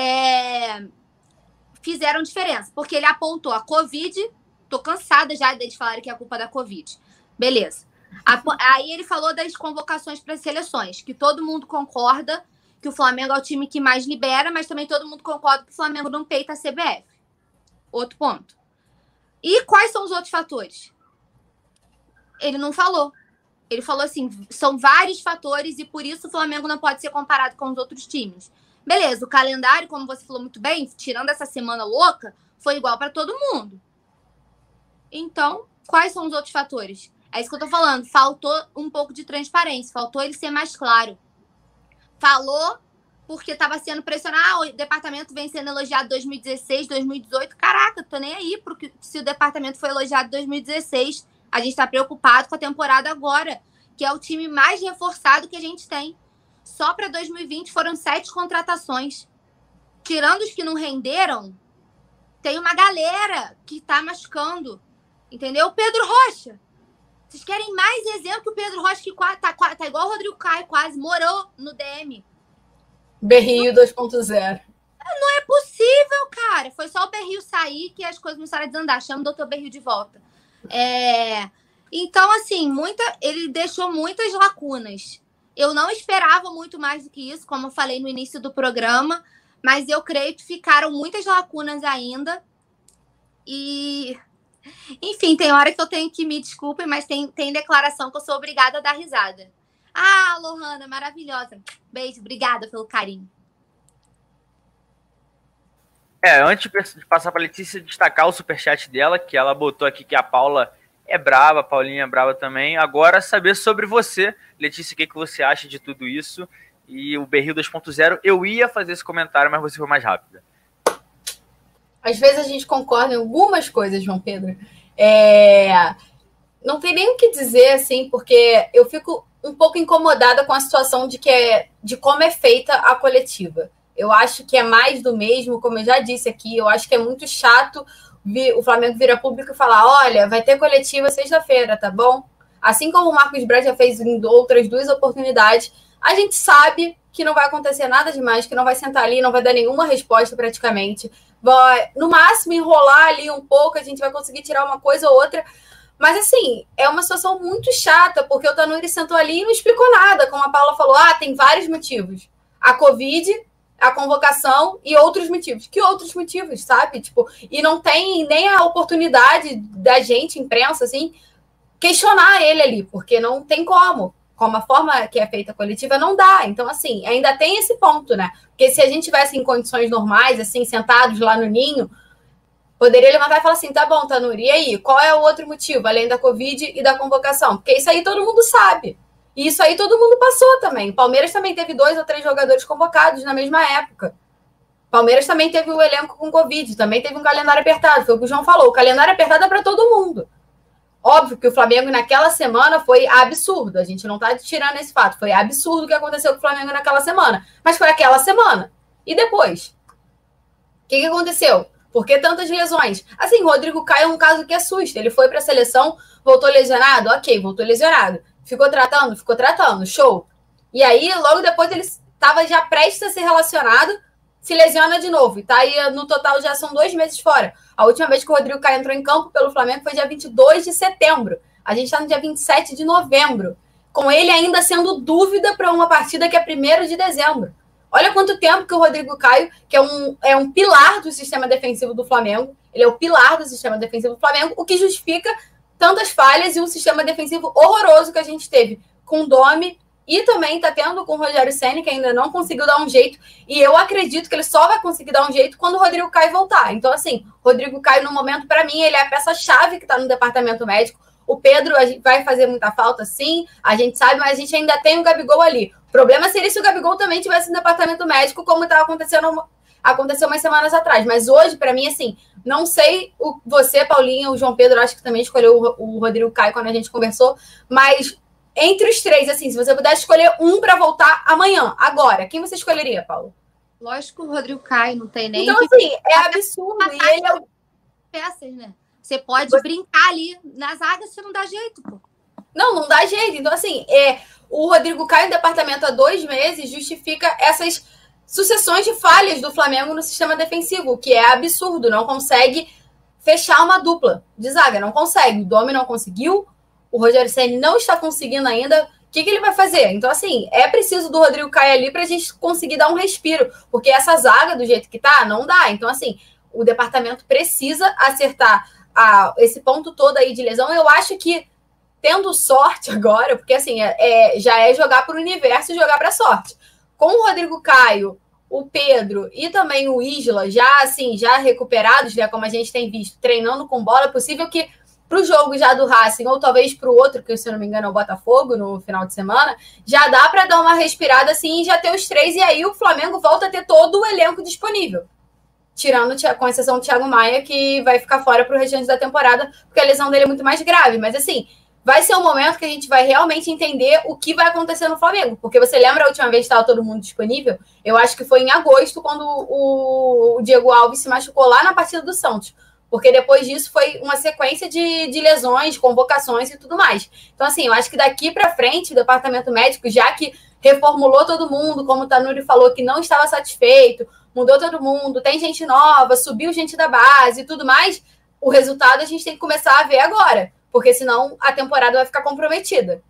fizeram diferença. Porque ele apontou a Covid. Tô cansada já deles falarem que é a culpa da Covid. Beleza. Aí ele falou das convocações para as seleções, que todo mundo concorda que o Flamengo é o time que mais libera, mas também todo mundo concorda que o Flamengo não peita a CBF. Outro ponto. E quais são os outros fatores? Ele não falou. Ele falou assim, são vários fatores e por isso o Flamengo não pode ser comparado com os outros times. Beleza, o calendário, como você falou muito bem, tirando essa semana louca, foi igual para todo mundo. Então, quais são os outros fatores? É isso que eu tô falando. Faltou um pouco de transparência, faltou ele ser mais claro. Falou porque estava sendo pressionado. O departamento vem sendo elogiado em 2016, 2018. Caraca, tô nem aí porque se o departamento foi elogiado em 2016. A gente está preocupado com a temporada agora, que é o time mais reforçado que a gente tem. Só para 2020 foram 7 contratações. Tirando os que não renderam, tem uma galera que está machucando. Entendeu? Pedro Rocha. Vocês querem mais exemplo que o Pedro Rocha, que tá igual o Rodrigo Caio, quase morou no DM. Berrio 2.0. Não é possível, cara. Foi só o Berrio sair que as coisas começaram a desandar. Chama o doutor Berrio de volta. Então, assim, ele deixou muitas lacunas. Eu não esperava muito mais do que isso, como eu falei no início do programa, mas eu creio que ficaram muitas lacunas ainda. E... Enfim, tem hora que eu tenho que me desculpem, mas tem declaração que eu sou obrigada a dar risada. Lohana, maravilhosa. Beijo, obrigada pelo carinho. Antes de passar para a Letícia, destacar o superchat dela, que ela botou aqui que a Paula é brava, a Paulinha é brava também. Agora, saber sobre você, Letícia, o que você acha de tudo isso? E o Berrio 2.0, eu ia fazer esse comentário, mas você foi mais rápida. Às vezes a gente concorda em algumas coisas, João Pedro. Não tem nem o que dizer, assim, porque eu fico um pouco incomodada com a situação de como é feita a coletiva. Eu acho que é mais do mesmo, como eu já disse aqui, eu acho que é muito chato o Flamengo vir a público e falar, olha, vai ter coletiva sexta-feira, tá bom? Assim como o Marcos Braz já fez em outras 2 oportunidades, a gente sabe que não vai acontecer nada demais, que não vai sentar ali, não vai dar nenhuma resposta praticamente. Vai, no máximo, enrolar ali um pouco, a gente vai conseguir tirar uma coisa ou outra. Mas, assim, é uma situação muito chata, porque o Tanuri sentou ali e não explicou nada. Como a Paula falou, tem vários motivos. A Covid, a convocação e outros motivos. Que outros motivos, sabe? Tipo, e não tem nem a oportunidade da gente, imprensa, assim, questionar ele ali, porque não tem como. Como a forma que é feita a coletiva, não dá. Então, assim, ainda tem esse ponto, né? Porque se a gente tivesse em condições normais, assim, sentados lá no ninho, poderia levantar e falar assim, tá bom, Tanuri, e aí? Qual é o outro motivo, além da Covid e da convocação? Porque isso aí todo mundo sabe. E isso aí todo mundo passou também. O Palmeiras também teve 2 ou 3 jogadores convocados na mesma época. O Palmeiras também teve o elenco com Covid, também teve um calendário apertado. Foi o que o João falou, o calendário apertado é para todo mundo. Óbvio que o Flamengo naquela semana foi absurdo. A gente não está tirando esse fato. Foi absurdo o que aconteceu com o Flamengo naquela semana. Mas foi aquela semana. E depois? O que aconteceu? Por que tantas lesões? Assim, o Rodrigo Caio é um caso que assusta. Ele foi para a seleção, voltou lesionado? Ok, voltou lesionado. Ficou tratando? Ficou tratando. Show. E aí, logo depois, ele estava já prestes a ser relacionado, se lesiona de novo. E tá aí, no total, já são 2 meses fora. A última vez que o Rodrigo Caio entrou em campo pelo Flamengo foi dia 22 de setembro. A gente está no dia 27 de novembro. Com ele ainda sendo dúvida para uma partida que é 1º de dezembro. Olha quanto tempo que o Rodrigo Caio, que é um pilar do sistema defensivo do Flamengo, ele é o pilar do sistema defensivo do Flamengo, o que justifica tantas falhas e um sistema defensivo horroroso que a gente teve com o Domi e também está tendo com o Rogério Ceni, que ainda não conseguiu dar um jeito, e eu acredito que ele só vai conseguir dar um jeito quando o Rodrigo Caio voltar. Então, assim, Rodrigo Caio, no momento, para mim, ele é a peça-chave que está no departamento médico. O Pedro vai fazer muita falta, sim, a gente sabe, mas a gente ainda tem o Gabigol ali. O problema seria se o Gabigol também tivesse no departamento médico, como estava acontecendo aconteceu umas semanas atrás. Mas hoje, para mim, assim, não sei você, Paulinha, o João Pedro, acho que também escolheu o Rodrigo Caio quando a gente conversou, mas entre os três, assim, se você pudesse escolher um para voltar amanhã, agora, quem você escolheria, Paulo? Lógico, o Rodrigo Caio, não tem nem... Então, assim, é absurdo. E ele é o... peças, né? Você pode brincar ali na zaga, você não dá jeito, pô. Não dá jeito. Então, assim, o Rodrigo Caio em departamento há 2 meses justifica essas sucessões de falhas do Flamengo no sistema defensivo, que é absurdo. Não consegue fechar uma dupla de zaga. Não consegue. O Domi não conseguiu. O Rogério Ceni não está conseguindo ainda. O que ele vai fazer? Então, assim, é preciso do Rodrigo Caio ali para a gente conseguir dar um respiro. Porque essa zaga, do jeito que tá, não dá. Então, assim, o departamento precisa acertar esse ponto todo aí de lesão. Eu acho que tendo sorte agora, porque assim, já é jogar para o universo e jogar para a sorte. Com o Rodrigo Caio, o Pedro e também o Isla, já recuperados, né, como a gente tem visto, treinando com bola, é possível que para o jogo já do Racing, ou talvez para o outro, que se eu não me engano é o Botafogo, no final de semana, já dá para dar uma respirada assim e já ter os 3, e aí o Flamengo volta a ter todo o elenco disponível. Tirando, com exceção do Thiago Maia, que vai ficar fora para o restante da temporada, porque a lesão dele é muito mais grave. Mas, assim, vai ser um momento que a gente vai realmente entender o que vai acontecer no Flamengo. Porque você lembra a última vez que estava todo mundo disponível? Eu acho que foi em agosto, quando o Diego Alves se machucou lá na partida do Santos. Porque depois disso foi uma sequência de lesões, convocações e tudo mais. Então, assim, eu acho que daqui para frente, o departamento médico, já que reformulou todo mundo, como o Tanuri falou, que não estava satisfeito, mudou todo mundo, tem gente nova, subiu gente da base e tudo mais, o resultado a gente tem que começar a ver agora, porque senão a temporada vai ficar comprometida.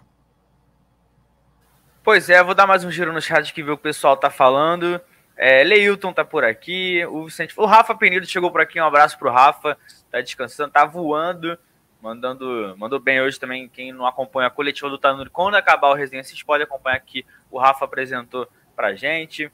Pois é, vou dar mais um giro no chat que ver o que o pessoal tá falando. Leilton tá por aqui, o Rafa Penido chegou por aqui, um abraço pro Rafa, tá descansando, tá voando, mandou bem hoje também. Quem não acompanha a coletiva do Tanuri, quando acabar o resenha, vocês podem acompanhar aqui, o Rafa apresentou pra gente.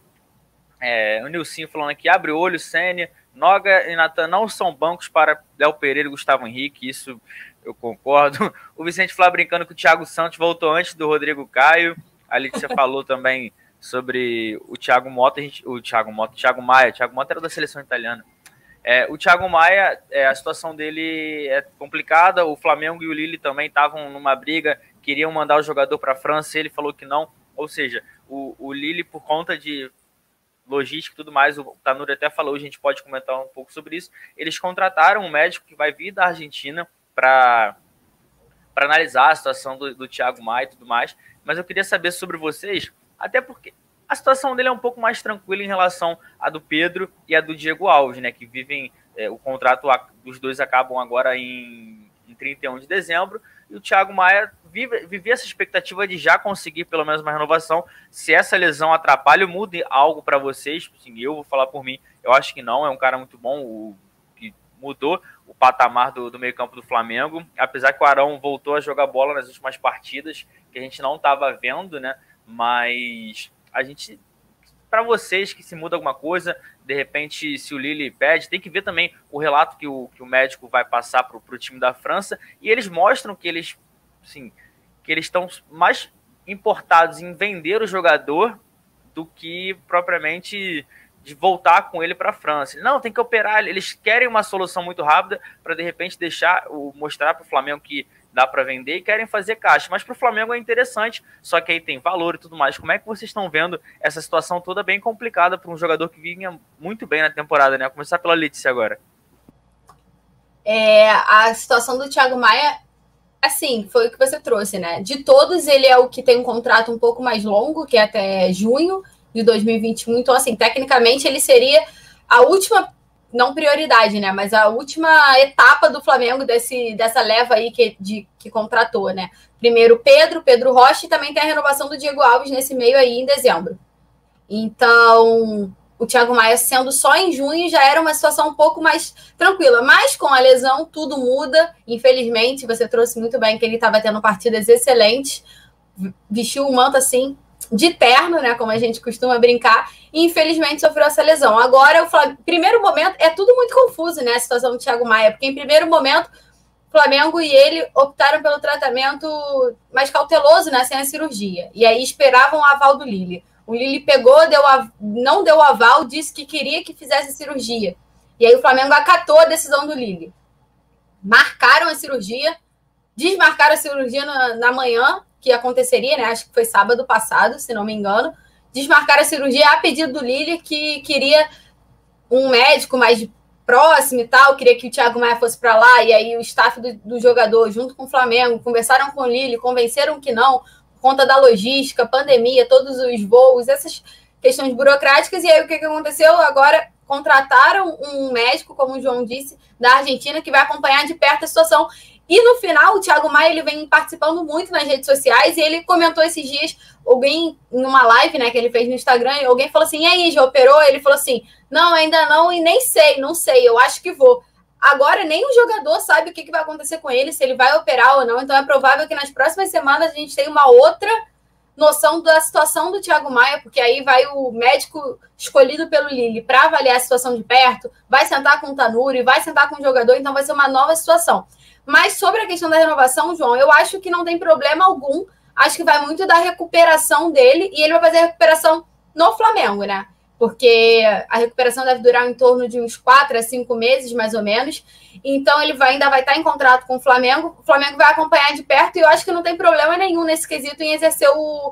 O Nilcinho falando aqui, abre o olho, Ceni, Noga e Natan não são bancos para Léo Pereira e Gustavo Henrique, isso eu concordo. O Vicente Flá brincando que o Thiago Santos voltou antes do Rodrigo Caio. A Letícia falou também sobre o Thiago Mota, o Thiago Maia era da seleção italiana. O Thiago Maia, a situação dele é complicada, o Flamengo e o Lille também estavam numa briga, queriam mandar o jogador para a França, ele falou que não, ou seja, o Lille, por conta de logística e tudo mais, o Tanuri até falou, a gente pode comentar um pouco sobre isso, eles contrataram um médico que vai vir da Argentina para analisar a situação do Thiago Maia e tudo mais, mas eu queria saber sobre vocês, até porque a situação dele é um pouco mais tranquila em relação à do Pedro e à do Diego Alves, né, que vivem, o contrato dos dois acabam agora em 31 de dezembro, e o Thiago Maia vive essa expectativa de já conseguir pelo menos uma renovação. Se essa lesão atrapalha, muda algo para vocês? Assim, eu vou falar por mim, eu acho que não, é um cara muito bom, que mudou o patamar do meio campo do Flamengo, apesar que o Arão voltou a jogar bola nas últimas partidas, que a gente não estava vendo, né, mas a gente... Para vocês que se muda alguma coisa, de repente, se o Lille pede, tem que ver também o relato que o médico vai passar para o time da França, e eles mostram que eles, assim, que eles estão mais importados em vender o jogador do que propriamente de voltar com ele para a França. Não, tem que operar, eles querem uma solução muito rápida para de repente mostrar para o Flamengo que dá para vender e querem fazer caixa, mas para o Flamengo é interessante, só que aí tem valor e tudo mais. Como é que vocês estão vendo essa situação toda bem complicada para um jogador que vinha muito bem na temporada, né? Vou começar pela Letícia agora. A situação do Thiago Maia, assim, foi o que você trouxe, né? De todos, ele é o que tem um contrato um pouco mais longo, que é até junho de 2021, então, assim, tecnicamente ele seria a última, não prioridade, né, mas a última etapa do Flamengo dessa leva aí que contratou, né? Primeiro Pedro Rocha, e também tem a renovação do Diego Alves nesse meio aí em dezembro. Então, o Thiago Maia sendo só em junho já era uma situação um pouco mais tranquila, mas com a lesão tudo muda, infelizmente. Você trouxe muito bem que ele estava tendo partidas excelentes, vestiu o manto assim de terno, né, como a gente costuma brincar, e infelizmente sofreu essa lesão. Agora, primeiro momento, é tudo muito confuso, né, a situação do Thiago Maia, porque em primeiro momento, o Flamengo e ele optaram pelo tratamento mais cauteloso, né, sem a cirurgia, e aí esperavam o aval do Lille. O Lille pegou, não deu aval, disse que queria que fizesse a cirurgia. E aí o Flamengo acatou a decisão do Lille. Marcaram a cirurgia, desmarcaram a cirurgia na manhã, que aconteceria, né? Acho que foi sábado passado, se não me engano. Desmarcaram a cirurgia a pedido do Lille, que queria um médico mais próximo e tal, queria que o Thiago Maia fosse para lá, e aí o staff do jogador, junto com o Flamengo, conversaram com o Lille, convenceram que não, por conta da logística, pandemia, todos os voos, essas questões burocráticas, e aí o que aconteceu? Agora contrataram um médico, como o João disse, da Argentina, que vai acompanhar de perto a situação. E no final, o Thiago Maia, ele vem participando muito nas redes sociais, e ele comentou esses dias, alguém, em uma live, né, que ele fez no Instagram, e alguém falou assim, e aí, já operou? Ele falou assim, não, ainda não, e nem sei, não sei, eu acho que vou. Agora, nem o jogador sabe o que vai acontecer com ele, se ele vai operar ou não, então é provável que nas próximas semanas a gente tenha uma outra noção da situação do Thiago Maia, porque aí vai o médico escolhido pelo Lille para avaliar a situação de perto, vai sentar com o Tanuri, vai sentar com o jogador, então vai ser uma nova situação. Mas sobre a questão da renovação, João, eu acho que não tem problema algum, acho que vai muito da recuperação dele, e ele vai fazer a recuperação no Flamengo, né? Porque a recuperação deve durar em torno de uns 4 a 5 meses, mais ou menos. Então, ele ainda vai estar em contrato com o Flamengo vai acompanhar de perto, e eu acho que não tem problema nenhum nesse quesito em exercer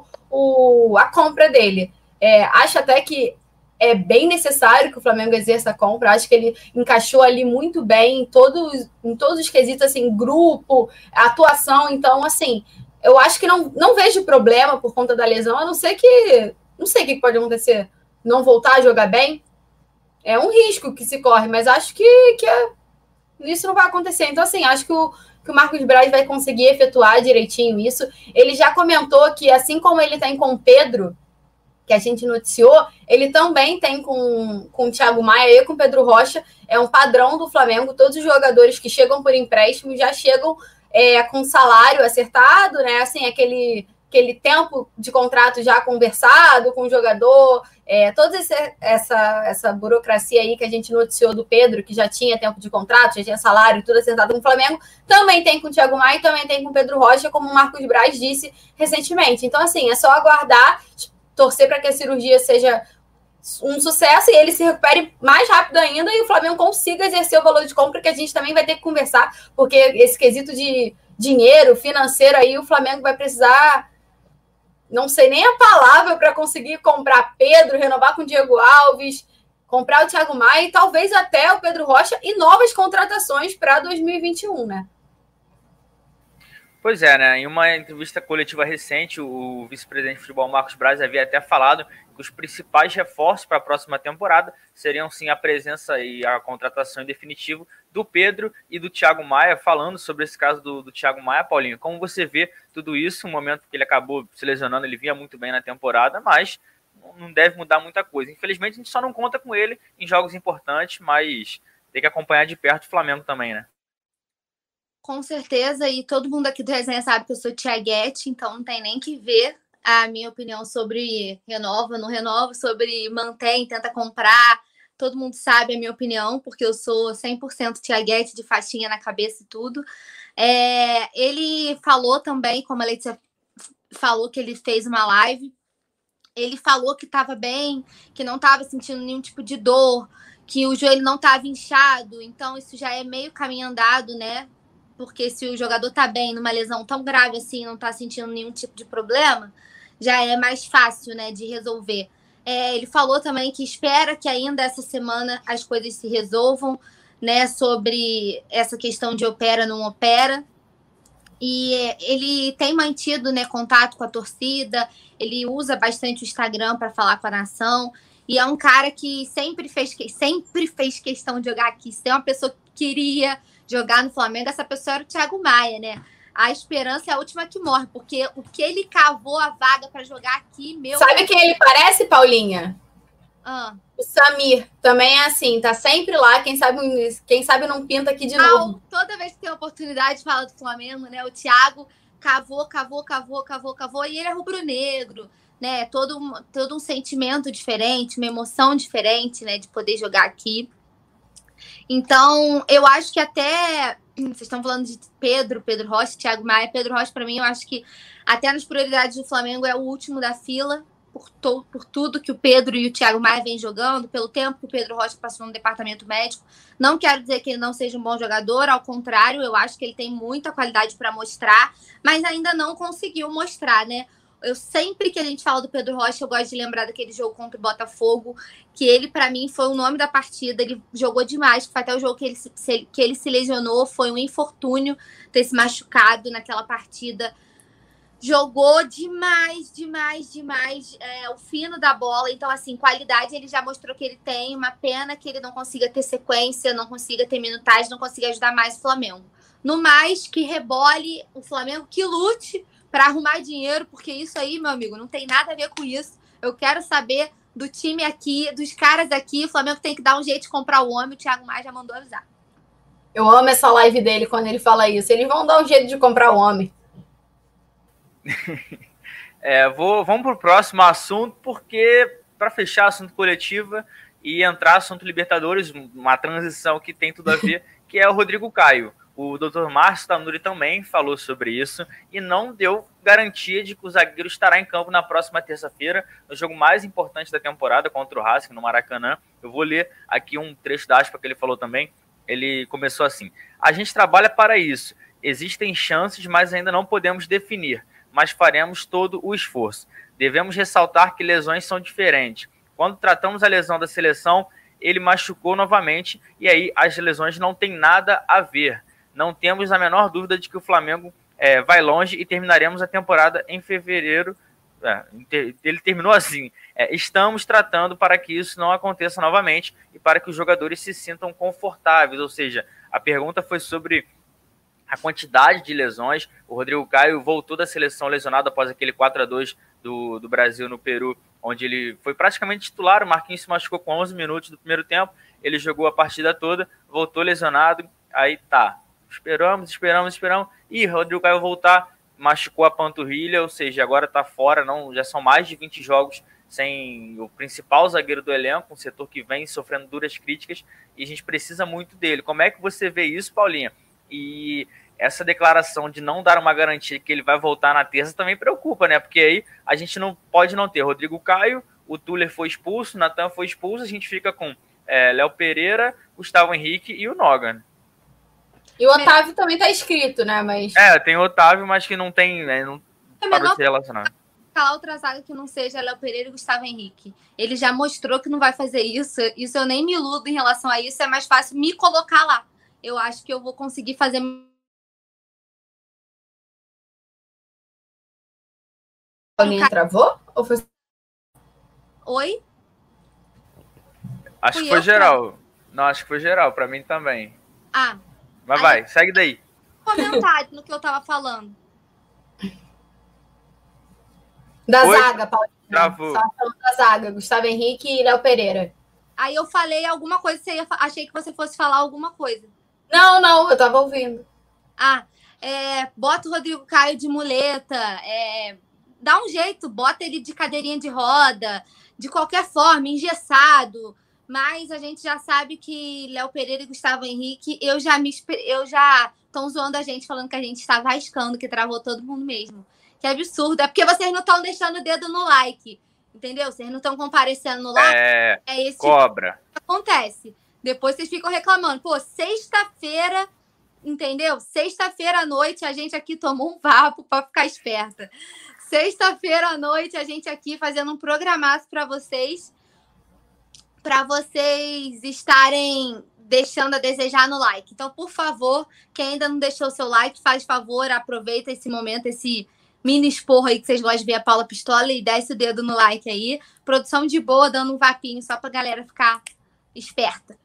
a compra dele. Acho até que é bem necessário que o Flamengo exerça a compra, acho que ele encaixou ali muito bem em todos os quesitos, assim, grupo, atuação, então, assim, eu acho que não vejo problema por conta da lesão, a não ser que, não sei o que pode acontecer, não voltar a jogar bem, é um risco que se corre, mas acho que isso não vai acontecer. Então, assim, acho que o Marcos Braz vai conseguir efetuar direitinho isso. Ele já comentou que, assim como ele tem com o Pedro, que a gente noticiou, ele também tem com o Thiago Maia e com o Pedro Rocha, é um padrão do Flamengo, todos os jogadores que chegam por empréstimo já chegam com salário acertado, né? Assim, aquele tempo de contrato já conversado com o jogador, toda essa burocracia aí que a gente noticiou do Pedro, que já tinha tempo de contrato, já tinha salário, tudo acertado com o Flamengo, também tem com o Thiago Maia e também tem com o Pedro Rocha, como o Marcos Braz disse recentemente. Então, assim, é só aguardar, torcer para que a cirurgia seja um sucesso e ele se recupere mais rápido ainda e o Flamengo consiga exercer o valor de compra, que a gente também vai ter que conversar, porque esse quesito de dinheiro financeiro aí, o Flamengo vai precisar, não sei nem a palavra, para conseguir comprar Pedro, renovar com o Diego Alves, comprar o Thiago Maia e talvez até o Pedro Rocha e novas contratações para 2021, né? Pois é, né? Em uma entrevista coletiva recente, o vice-presidente de futebol, Marcos Braz, havia até falado que os principais reforços para a próxima temporada seriam, sim, a presença e a contratação em definitivo do Pedro e do Thiago Maia. Falando sobre esse caso do Thiago Maia, Paulinho, como você vê tudo isso, no momento que ele acabou se lesionando, ele vinha muito bem na temporada, mas não deve mudar muita coisa. Infelizmente, a gente só não conta com ele em jogos importantes, mas tem que acompanhar de perto o Flamengo também, né? Com certeza, e todo mundo aqui do Resenha sabe que eu sou tiaguete, então não tem nem que ver a minha opinião sobre renova, não renova, sobre mantém, tenta comprar. Todo mundo sabe a minha opinião, porque eu sou 100% tiaguete, de faixinha na cabeça e tudo. Ele falou também, como a Letícia falou, que ele fez uma live. Ele falou que estava bem, que não estava sentindo nenhum tipo de dor, que o joelho não estava inchado. Então, isso já é meio caminho andado, né? Porque se o jogador tá bem numa lesão tão grave assim, não tá sentindo nenhum tipo de problema, já é mais fácil, né, de resolver. Ele falou também que espera que ainda essa semana as coisas se resolvam, né, sobre essa questão de opera, não opera. E ele tem mantido, né, contato com a torcida, ele usa bastante o Instagram para falar com a nação, e é um cara que sempre fez questão de jogar aqui. Se tem uma pessoa que queria jogar no Flamengo, essa pessoa era o Thiago Maia, né? A esperança é a última que morre, porque o que ele cavou a vaga para jogar aqui, meu... Sabe quem ele parece, Paulinha? O Samir. Também é assim, tá sempre lá, quem sabe não pinta aqui de novo. Toda vez que tem oportunidade de falar do Flamengo, né? O Thiago cavou, e ele é rubro-negro, né? Todo um sentimento diferente, uma emoção diferente, né? De poder jogar aqui. Então, eu acho que até... Vocês estão falando de Pedro Rocha, Thiago Maia. Pedro Rocha, para mim, eu acho que até nas prioridades do Flamengo é o último da fila, por tudo que o Pedro e o Thiago Maia vêm jogando, pelo tempo que o Pedro Rocha passou no departamento médico. Não quero dizer que ele não seja um bom jogador, ao contrário, eu acho que ele tem muita qualidade para mostrar, mas ainda não conseguiu mostrar, né? Eu sempre que a gente fala do Pedro Rocha, eu gosto de lembrar daquele jogo contra o Botafogo, que ele, para mim, foi o nome da partida. Ele jogou demais, foi até o jogo que ele se lesionou, foi um infortúnio ter se machucado naquela partida. Jogou demais. O fino da bola. Então, assim, qualidade ele já mostrou que ele tem. Uma pena que ele não consiga ter sequência, não consiga ter minutagem, não consiga ajudar mais o Flamengo. No mais, que rebole o Flamengo, que lute para arrumar dinheiro, porque isso aí, meu amigo, não tem nada a ver com isso. Eu quero saber do time aqui, dos caras aqui. O Flamengo tem que dar um jeito de comprar o homem. O Thiago Maia já mandou avisar. Eu amo essa live dele quando ele fala isso. Eles vão dar um jeito de comprar o homem. Vamos para o próximo assunto, porque para fechar assunto coletiva e entrar assunto Libertadores, uma transição que tem tudo a ver, que é o Rodrigo Caio. O Dr. Márcio Tanuri também falou sobre isso e não deu garantia de que o zagueiro estará em campo na próxima terça-feira, no jogo mais importante da temporada contra o Racing, no Maracanã. Eu vou ler aqui um trecho da aspa que ele falou também. Ele começou assim: a gente trabalha para isso. Existem chances, mas ainda não podemos definir, mas faremos todo o esforço. Devemos ressaltar que lesões são diferentes. Quando tratamos a lesão da seleção, ele machucou novamente e aí as lesões não têm nada a ver. Não temos a menor dúvida de que o Flamengo vai longe e terminaremos a temporada em fevereiro. Ele terminou assim: estamos tratando para que isso não aconteça novamente e para que os jogadores se sintam confortáveis. Ou seja, a pergunta foi sobre a quantidade de lesões. O Rodrigo Caio voltou da seleção lesionado após aquele 4-2 do Brasil no Peru, onde ele foi praticamente titular. O Marquinhos se machucou com 11 minutos do primeiro tempo, ele jogou a partida toda, voltou lesionado, aí tá. Esperamos. E Rodrigo Caio voltar, machucou a panturrilha, ou seja, agora tá fora, já são mais de 20 jogos sem o principal zagueiro do elenco, um setor que vem sofrendo duras críticas, e a gente precisa muito dele. Como é que você vê isso, Paulinha? E essa declaração de não dar uma garantia que ele vai voltar na terça também preocupa, né? Porque aí a gente não pode não ter Rodrigo Caio, o Tuller foi expulso, o Natan foi expulso, a gente fica com Léo Pereira, Gustavo Henrique e o Noga. E o Otávio também tá inscrito, né? Mas... tem o Otávio, mas que não tem, né? Não parou de se relacionar. Falar outra zaga que não seja Léo Pereira e Gustavo Henrique. Ele já mostrou que não vai fazer isso. Isso eu nem me iludo em relação a isso. É mais fácil me colocar lá. Eu acho que eu vou conseguir fazer... Paulinha travou? Ou foi... Oi? Acho que foi geral. Não, acho que foi geral. Pra mim também. Mas vai, segue daí. Comentário no que eu tava falando. Da zaga, Paulinha. Travou. Só falando da zaga. Gustavo Henrique e Léo Pereira. Aí eu falei alguma coisa, achei que você fosse falar alguma coisa. Não, eu tava ouvindo. Bota o Rodrigo Caio de muleta, dá um jeito, bota ele de cadeirinha de roda, de qualquer forma, engessado. Mas a gente já sabe que Léo Pereira e Gustavo Henrique, eu já estão zoando a gente, falando que a gente está vascando, que travou todo mundo mesmo. Que absurdo. É porque vocês não estão deixando o dedo no like, entendeu? Vocês não estão comparecendo no like. Esse cobra. Tipo que acontece. Depois vocês ficam reclamando. Pô, sexta-feira, entendeu? Sexta-feira à noite a gente aqui tomou um vapo para ficar esperta. Sexta-feira à noite a gente aqui fazendo um programaço para vocês estarem deixando a desejar no like. Então, por favor, quem ainda não deixou o seu like, faz favor, aproveita esse momento, esse mini esporro aí que vocês gostam de ver a Paula Pistola e desce o dedo no like aí. Produção de boa, dando um vapinho só pra galera ficar esperta.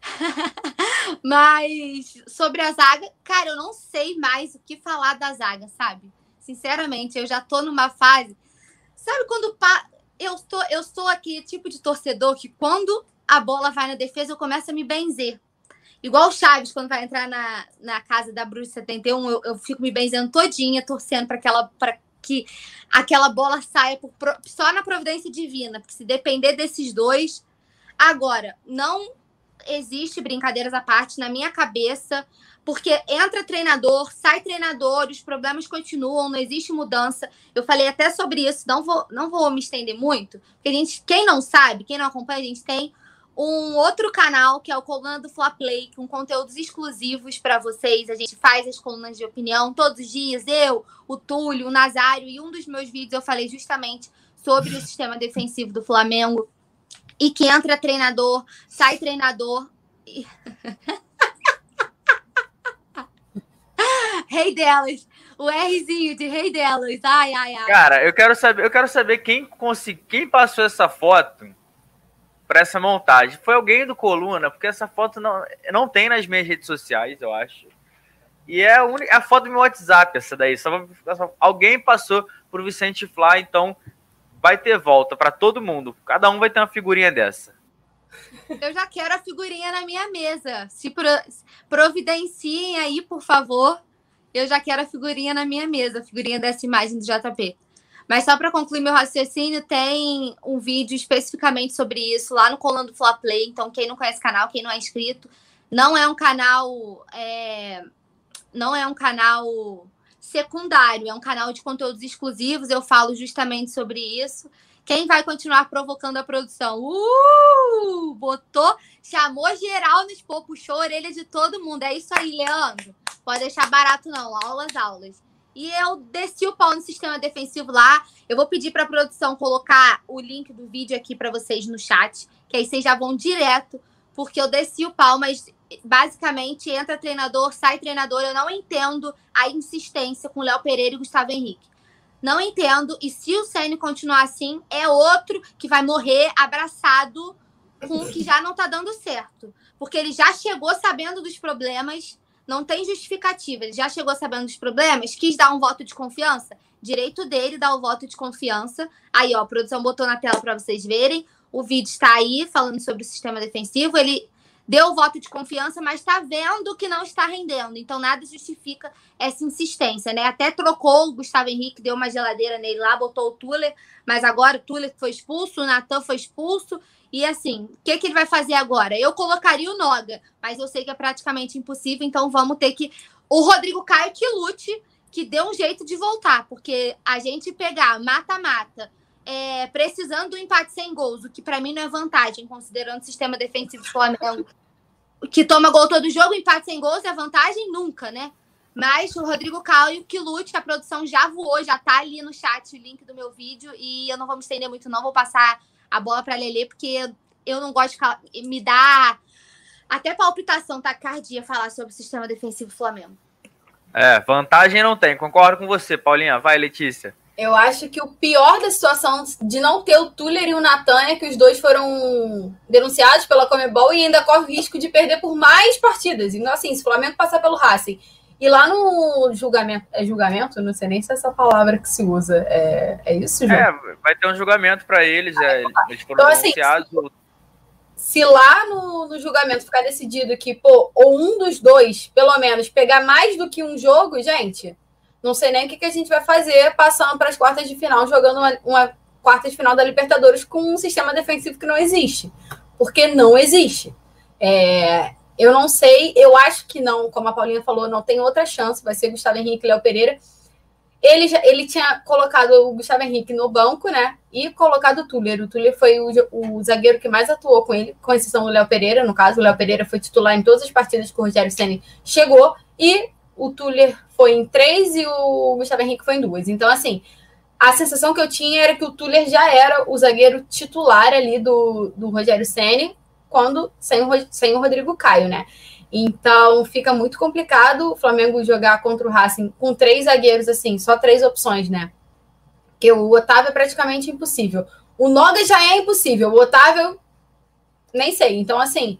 Mas sobre a zaga, cara, eu não sei mais o que falar da zaga, sabe? Sinceramente, eu já tô numa fase... Sabe quando... Eu sou aquele tipo de torcedor que quando a bola vai na defesa, eu começo a me benzer. Igual o Chaves, quando vai entrar na casa da Bruxa 71, eu fico me benzendo todinha, torcendo para que aquela bola saia só na providência divina. Porque se depender desses dois... Agora, não existe, brincadeiras à parte, na minha cabeça, porque entra treinador, sai treinador, os problemas continuam, não existe mudança. Eu falei até sobre isso, não vou me estender muito, porque quem não sabe, quem não acompanha, a gente tem um outro canal, que é o Coluna do Fla Play, com conteúdos exclusivos para vocês. A gente faz as colunas de opinião todos os dias, eu, o Túlio, o Nazário, e um dos meus vídeos eu falei justamente sobre o sistema defensivo do Flamengo, e que entra treinador, sai treinador. Rei delas, o Rzinho de rei delas. Ai. Cara, eu quero saber quem passou essa foto para essa montagem. Foi alguém do Coluna, porque essa foto não tem nas minhas redes sociais, eu acho. E é a foto do meu WhatsApp, essa daí. Alguém passou pro Vicente Flá, então vai ter volta para todo mundo. Cada um vai ter uma figurinha dessa. Eu já quero a figurinha na minha mesa. Se providenciem aí, por favor. Eu já quero a figurinha na minha mesa, a figurinha dessa imagem do JP. Mas só para concluir meu raciocínio, tem um vídeo especificamente sobre isso lá no Coluna do Fla Play. Então, quem não conhece o canal, quem não é inscrito, não é um canal secundário, é um canal de conteúdos exclusivos. Eu falo justamente sobre isso. Quem vai continuar provocando a produção? Chamou geral no expor, puxou a orelha de todo mundo. É isso aí, Leandro. Pode deixar barato não, aulas. E eu desci o pau no sistema defensivo lá. Eu vou pedir para a produção colocar o link do vídeo aqui para vocês no chat, que aí vocês já vão direto, porque eu desci o pau, mas basicamente entra treinador, sai treinador. Eu não entendo a insistência com Léo Pereira e Gustavo Henrique. Não entendo. E se o Ceni continuar assim, é outro que vai morrer abraçado com o que já não tá dando certo. Porque ele já chegou sabendo dos problemas, não tem justificativa. Ele já chegou sabendo dos problemas, quis dar um voto de confiança. Direito dele dar o voto de confiança. Aí, ó, a produção botou na tela para vocês verem. O vídeo está aí falando sobre o sistema defensivo. Ele deu o voto de confiança, mas está vendo que não está rendendo. Então, nada justifica essa insistência, né? Até trocou o Gustavo Henrique, deu uma geladeira nele lá, botou o Tuller, mas agora o Tuller foi expulso, o Natan foi expulso. E assim, o que ele vai fazer agora? Eu colocaria o Noga, mas eu sei que é praticamente impossível, então vamos ter que... O Rodrigo Caio que lute, que dê um jeito de voltar, porque a gente pegar mata-mata, precisando do empate sem gols, o que para mim não é vantagem, considerando o sistema defensivo do Flamengo, que toma gol todo jogo, empate sem gols é vantagem nunca, né? Mas o Rodrigo Caio que lute, a produção já voou, já tá ali no chat o link do meu vídeo, e eu não vou me estender muito não, vou passar a bola para Lelê, porque eu não gosto de me dá até palpitação, taquicardia falar sobre o sistema defensivo do Flamengo. Vantagem não tem, concordo com você, Paulinha. Vai, Letícia. Eu acho que o pior da situação de não ter o Tuller e o Natan é que os dois foram denunciados pela Conmebol e ainda corre o risco de perder por mais partidas. Então, assim, se o Flamengo passar pelo Racing e lá no julgamento... É julgamento? Não sei nem se é essa palavra que se usa. É isso, João? Vai ter um julgamento para eles. Eles foram então, denunciados. Assim, se lá no julgamento ficar decidido que, ou um dos dois, pelo menos, pegar mais do que um jogo, gente, não sei nem o que a gente vai fazer passando para as quartas de final, jogando uma quarta de final da Libertadores com um sistema defensivo que não existe. Porque não existe. Eu não sei, eu acho que não, como a Paulinha falou, não tem outra chance, vai ser Gustavo Henrique e Léo Pereira. Ele tinha colocado o Gustavo Henrique no banco, né? E colocado o Tuller. O Tuller foi o zagueiro que mais atuou com ele, com exceção do Léo Pereira. No caso, o Léo Pereira foi titular em todas as partidas que o Rogério Ceni chegou. E o Tuller foi em 3 e o Gustavo Henrique foi em 2. Então, assim, a sensação que eu tinha era que o Tuller já era o zagueiro titular ali do Rogério Ceni, sem o Rodrigo Caio, né? Então, fica muito complicado o Flamengo jogar contra o Racing com 3 zagueiros, assim, só 3 opções, né? Porque o Otávio é praticamente impossível. O Noga já é impossível, o Otávio, nem sei. Então, assim,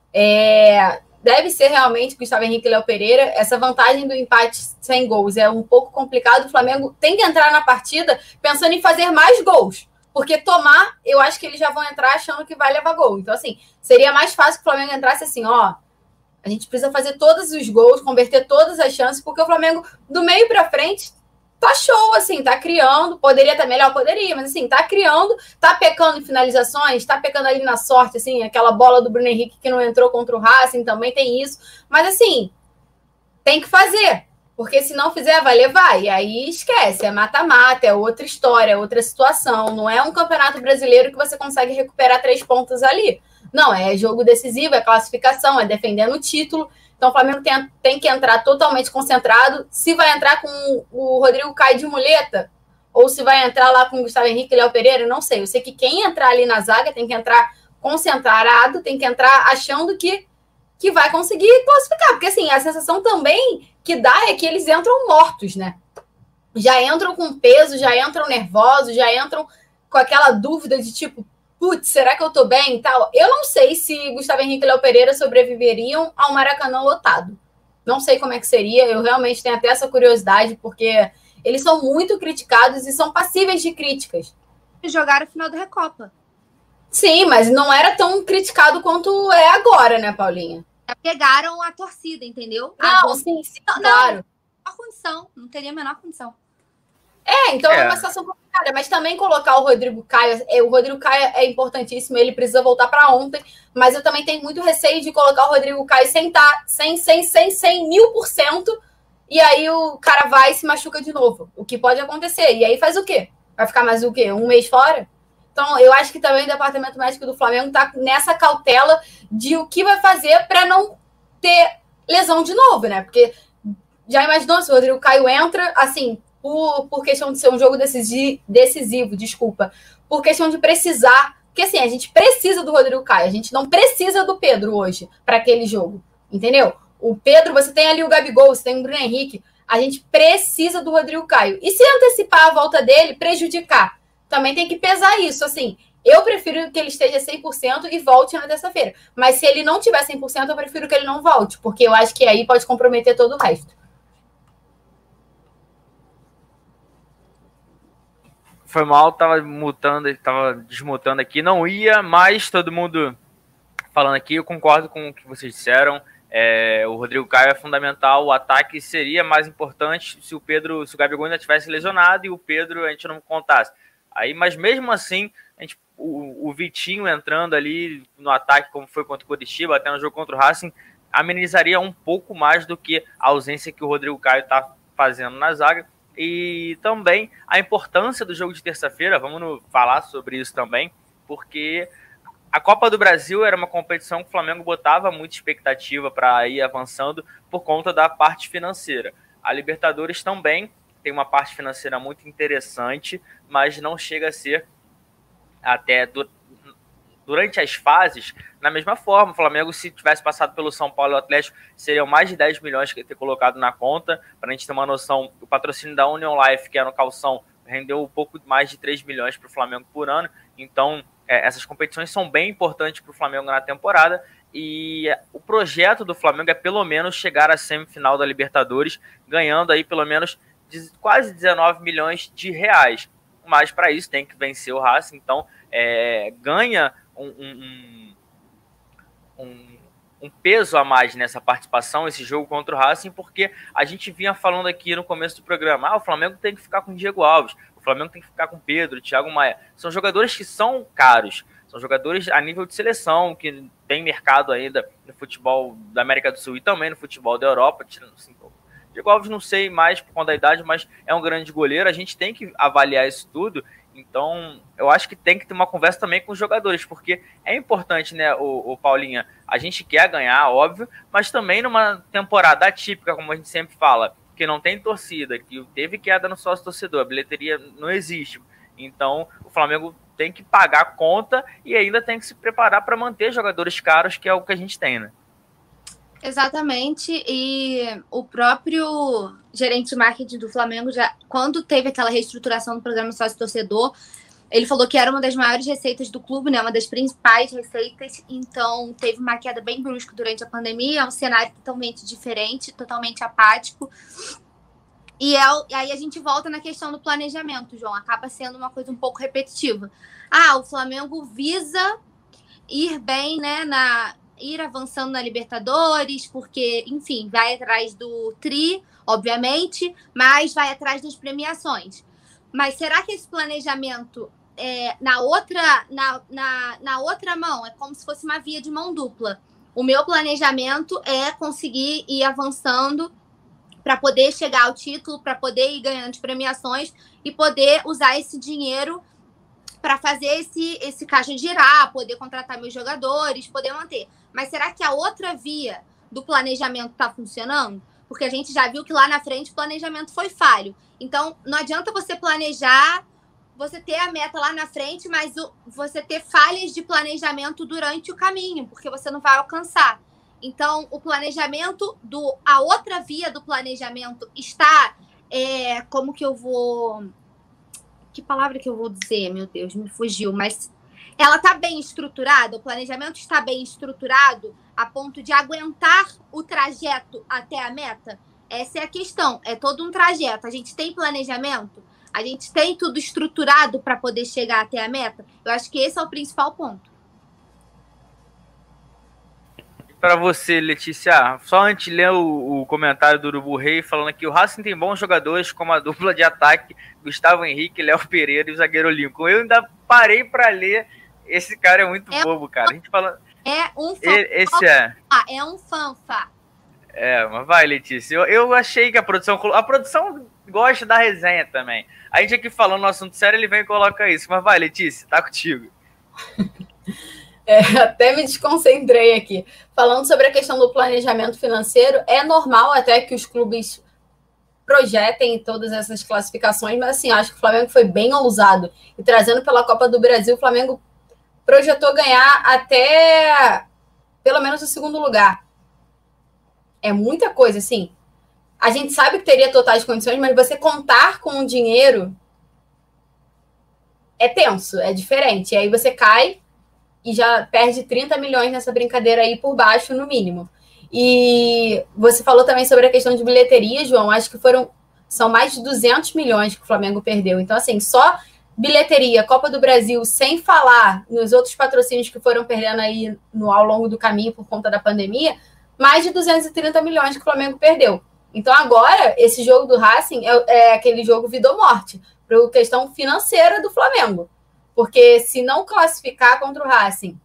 deve ser realmente Gustavo Henrique e Léo Pereira. Essa vantagem do empate sem gols é um pouco complicado. O Flamengo tem que entrar na partida pensando em fazer mais gols. Porque tomar, eu acho que eles já vão entrar achando que vai levar gol. Então, assim, seria mais fácil que o Flamengo entrasse assim, a gente precisa fazer todos os gols, converter todas as chances, porque o Flamengo, do meio para frente, tá show, assim, tá criando, poderia estar melhor, poderia, mas assim, tá criando, tá pecando em finalizações, tá pecando ali na sorte, assim, aquela bola do Bruno Henrique que não entrou contra o Racing, também tem isso, mas assim, tem que fazer, porque se não fizer, vai levar, e aí esquece, é mata-mata, é outra história, é outra situação, não é um campeonato brasileiro que você consegue recuperar 3 pontos ali, não, é jogo decisivo, é classificação, é defendendo o título. Então, o Flamengo tem que entrar totalmente concentrado. Se vai entrar com o Rodrigo Caio de muleta, ou se vai entrar lá com o Gustavo Henrique e Léo Pereira, não sei. Eu sei que quem entrar ali na zaga tem que entrar concentrado, tem que entrar achando que vai conseguir classificar. Porque, assim, a sensação também que dá é que eles entram mortos, né? Já entram com peso, já entram nervosos, já entram com aquela dúvida de tipo, putz, será que eu tô bem e tal? Eu não sei se Gustavo Henrique e Léo Pereira sobreviveriam ao Maracanã lotado. Não sei como é que seria, eu realmente tenho até essa curiosidade, porque eles são muito criticados e são passíveis de críticas. E jogaram a final da Recopa. Sim, mas não era tão criticado quanto é agora, né, Paulinha? Pegaram a torcida, entendeu? Não, sim, claro. Não teria a menor condição. Então é uma situação complicada, mas também colocar o Rodrigo Caio é importantíssimo, ele precisa voltar para ontem, mas eu também tenho muito receio de colocar o Rodrigo Caio sem 1000%, e aí o cara vai e se machuca de novo, o que pode acontecer, e aí faz o quê? Vai ficar mais o quê? Um mês fora? Então, eu acho que também o departamento médico do Flamengo está nessa cautela de o que vai fazer para não ter lesão de novo, né? Porque já imaginou se o Rodrigo Caio entra, assim, por questão de ser um jogo decisivo, por questão de precisar, porque assim, a gente precisa do Rodrigo Caio, a gente não precisa do Pedro hoje para aquele jogo, entendeu? O Pedro, você tem ali o Gabigol, você tem o Bruno Henrique, a gente precisa do Rodrigo Caio, e se antecipar a volta dele, prejudicar, também tem que pesar isso, assim, eu prefiro que ele esteja 100% e volte na terça-feira, mas se ele não tiver 100%, eu prefiro que ele não volte, porque eu acho que aí pode comprometer todo o resto. Foi mal, tava desmutando aqui, não ia, mas todo mundo falando aqui, eu concordo com o que vocês disseram. O Rodrigo Caio é fundamental, o ataque seria mais importante se o Gabigol ainda tivesse lesionado e o Pedro a gente não contasse. Aí, mas mesmo assim, o Vitinho entrando ali no ataque, como foi contra o Coritiba, até no jogo contra o Racing, amenizaria um pouco mais do que a ausência que o Rodrigo Caio está fazendo na zaga. E também a importância do jogo de terça-feira, vamos falar sobre isso também, porque a Copa do Brasil era uma competição que o Flamengo botava muita expectativa para ir avançando por conta da parte financeira. A Libertadores também tem uma parte financeira muito interessante, mas não chega a ser até durante as fases, na mesma forma. O Flamengo, se tivesse passado pelo São Paulo e o Atlético, seriam mais de 10 milhões que ia ter colocado na conta. Para a gente ter uma noção, o patrocínio da Union Life, que era no calção, rendeu um pouco mais de 3 milhões para o Flamengo por ano. Então, essas competições são bem importantes para o Flamengo na temporada. E o projeto do Flamengo é pelo menos chegar à semifinal da Libertadores, ganhando aí pelo menos quase 19 milhões de reais. Mas para isso tem que vencer o Racing, então ganha um peso a mais nessa participação, esse jogo contra o Racing, porque a gente vinha falando aqui no começo do programa, o Flamengo tem que ficar com o Diego Alves, o Flamengo tem que ficar com o Pedro, o Thiago Maia. São jogadores que são caros, são jogadores a nível de seleção, que tem mercado ainda no futebol da América do Sul e também no futebol da Europa, tirando assim, Diego Alves não sei mais por conta da idade, mas é um grande goleiro, a gente tem que avaliar isso tudo. Então, eu acho que tem que ter uma conversa também com os jogadores, porque é importante, né, o Paulinha, a gente quer ganhar, óbvio, mas também numa temporada atípica, como a gente sempre fala, que não tem torcida, que teve queda no sócio-torcedor, a bilheteria não existe. Então, o Flamengo tem que pagar a conta e ainda tem que se preparar para manter jogadores caros, que é o que a gente tem, né? Exatamente, e o próprio gerente de marketing do Flamengo, já quando teve aquela reestruturação do programa sócio-torcedor, ele falou que era uma das maiores receitas do clube, né? Uma das principais receitas, então teve uma queda bem brusca durante a pandemia, é um cenário totalmente diferente, totalmente apático. E aí a gente volta na questão do planejamento, João, acaba sendo uma coisa um pouco repetitiva. O Flamengo visa ir bem, né, ir avançando na Libertadores, porque, enfim, vai atrás do Tri, obviamente, mas vai atrás das premiações. Mas será que esse planejamento na outra mão é como se fosse uma via de mão dupla? O meu planejamento é conseguir ir avançando para poder chegar ao título, para poder ir ganhando de premiações e poder usar esse dinheiro para fazer esse caixa girar, poder contratar meus jogadores, poder manter. Mas será que a outra via do planejamento está funcionando? Porque a gente já viu que lá na frente o planejamento foi falho. Então, não adianta você planejar, você ter a meta lá na frente, mas você ter falhas de planejamento durante o caminho, porque você não vai alcançar. Então, o planejamento, a outra via do planejamento está, como que eu vou... Que palavra que eu vou dizer? Meu Deus, me fugiu. Mas ela está bem estruturada, o planejamento está bem estruturado a ponto de aguentar o trajeto até a meta? Essa é a questão, é todo um trajeto. A gente tem planejamento? A gente tem tudo estruturado para poder chegar até a meta? Eu acho que esse é o principal ponto. Para você, Letícia, só antes de ler o comentário do Urubu Rei, falando aqui, o Racing tem bons jogadores, como a dupla de ataque, Gustavo Henrique, Léo Pereira e o zagueiro Lincoln. Eu ainda parei para ler, esse cara é muito bobo, cara. A gente fala... É um fanfa. É um fanfa. Mas vai, Letícia. Eu achei que a produção gosta da resenha também. A gente aqui falando no assunto sério, ele vem e coloca isso. Mas vai, Letícia, tá contigo. Até me desconcentrei aqui. Falando sobre a questão do planejamento financeiro, é normal até que os clubes projetem todas essas classificações, mas assim, acho que o Flamengo foi bem ousado. E trazendo pela Copa do Brasil, o Flamengo projetou ganhar até pelo menos o segundo lugar. É muita coisa, assim. A gente sabe que teria totais condições, mas você contar com o dinheiro é tenso, é diferente. E aí você cai e já perde 30 milhões nessa brincadeira aí por baixo, no mínimo. E você falou também sobre a questão de bilheteria, João. Acho que são mais de 200 milhões que o Flamengo perdeu. Então, assim, só bilheteria, Copa do Brasil, sem falar nos outros patrocínios que foram perdendo aí ao longo do caminho por conta da pandemia, mais de 230 milhões que o Flamengo perdeu. Então, agora, esse jogo do Racing é aquele jogo vida ou morte, por questão financeira do Flamengo. Porque se não classificar contra o Racing,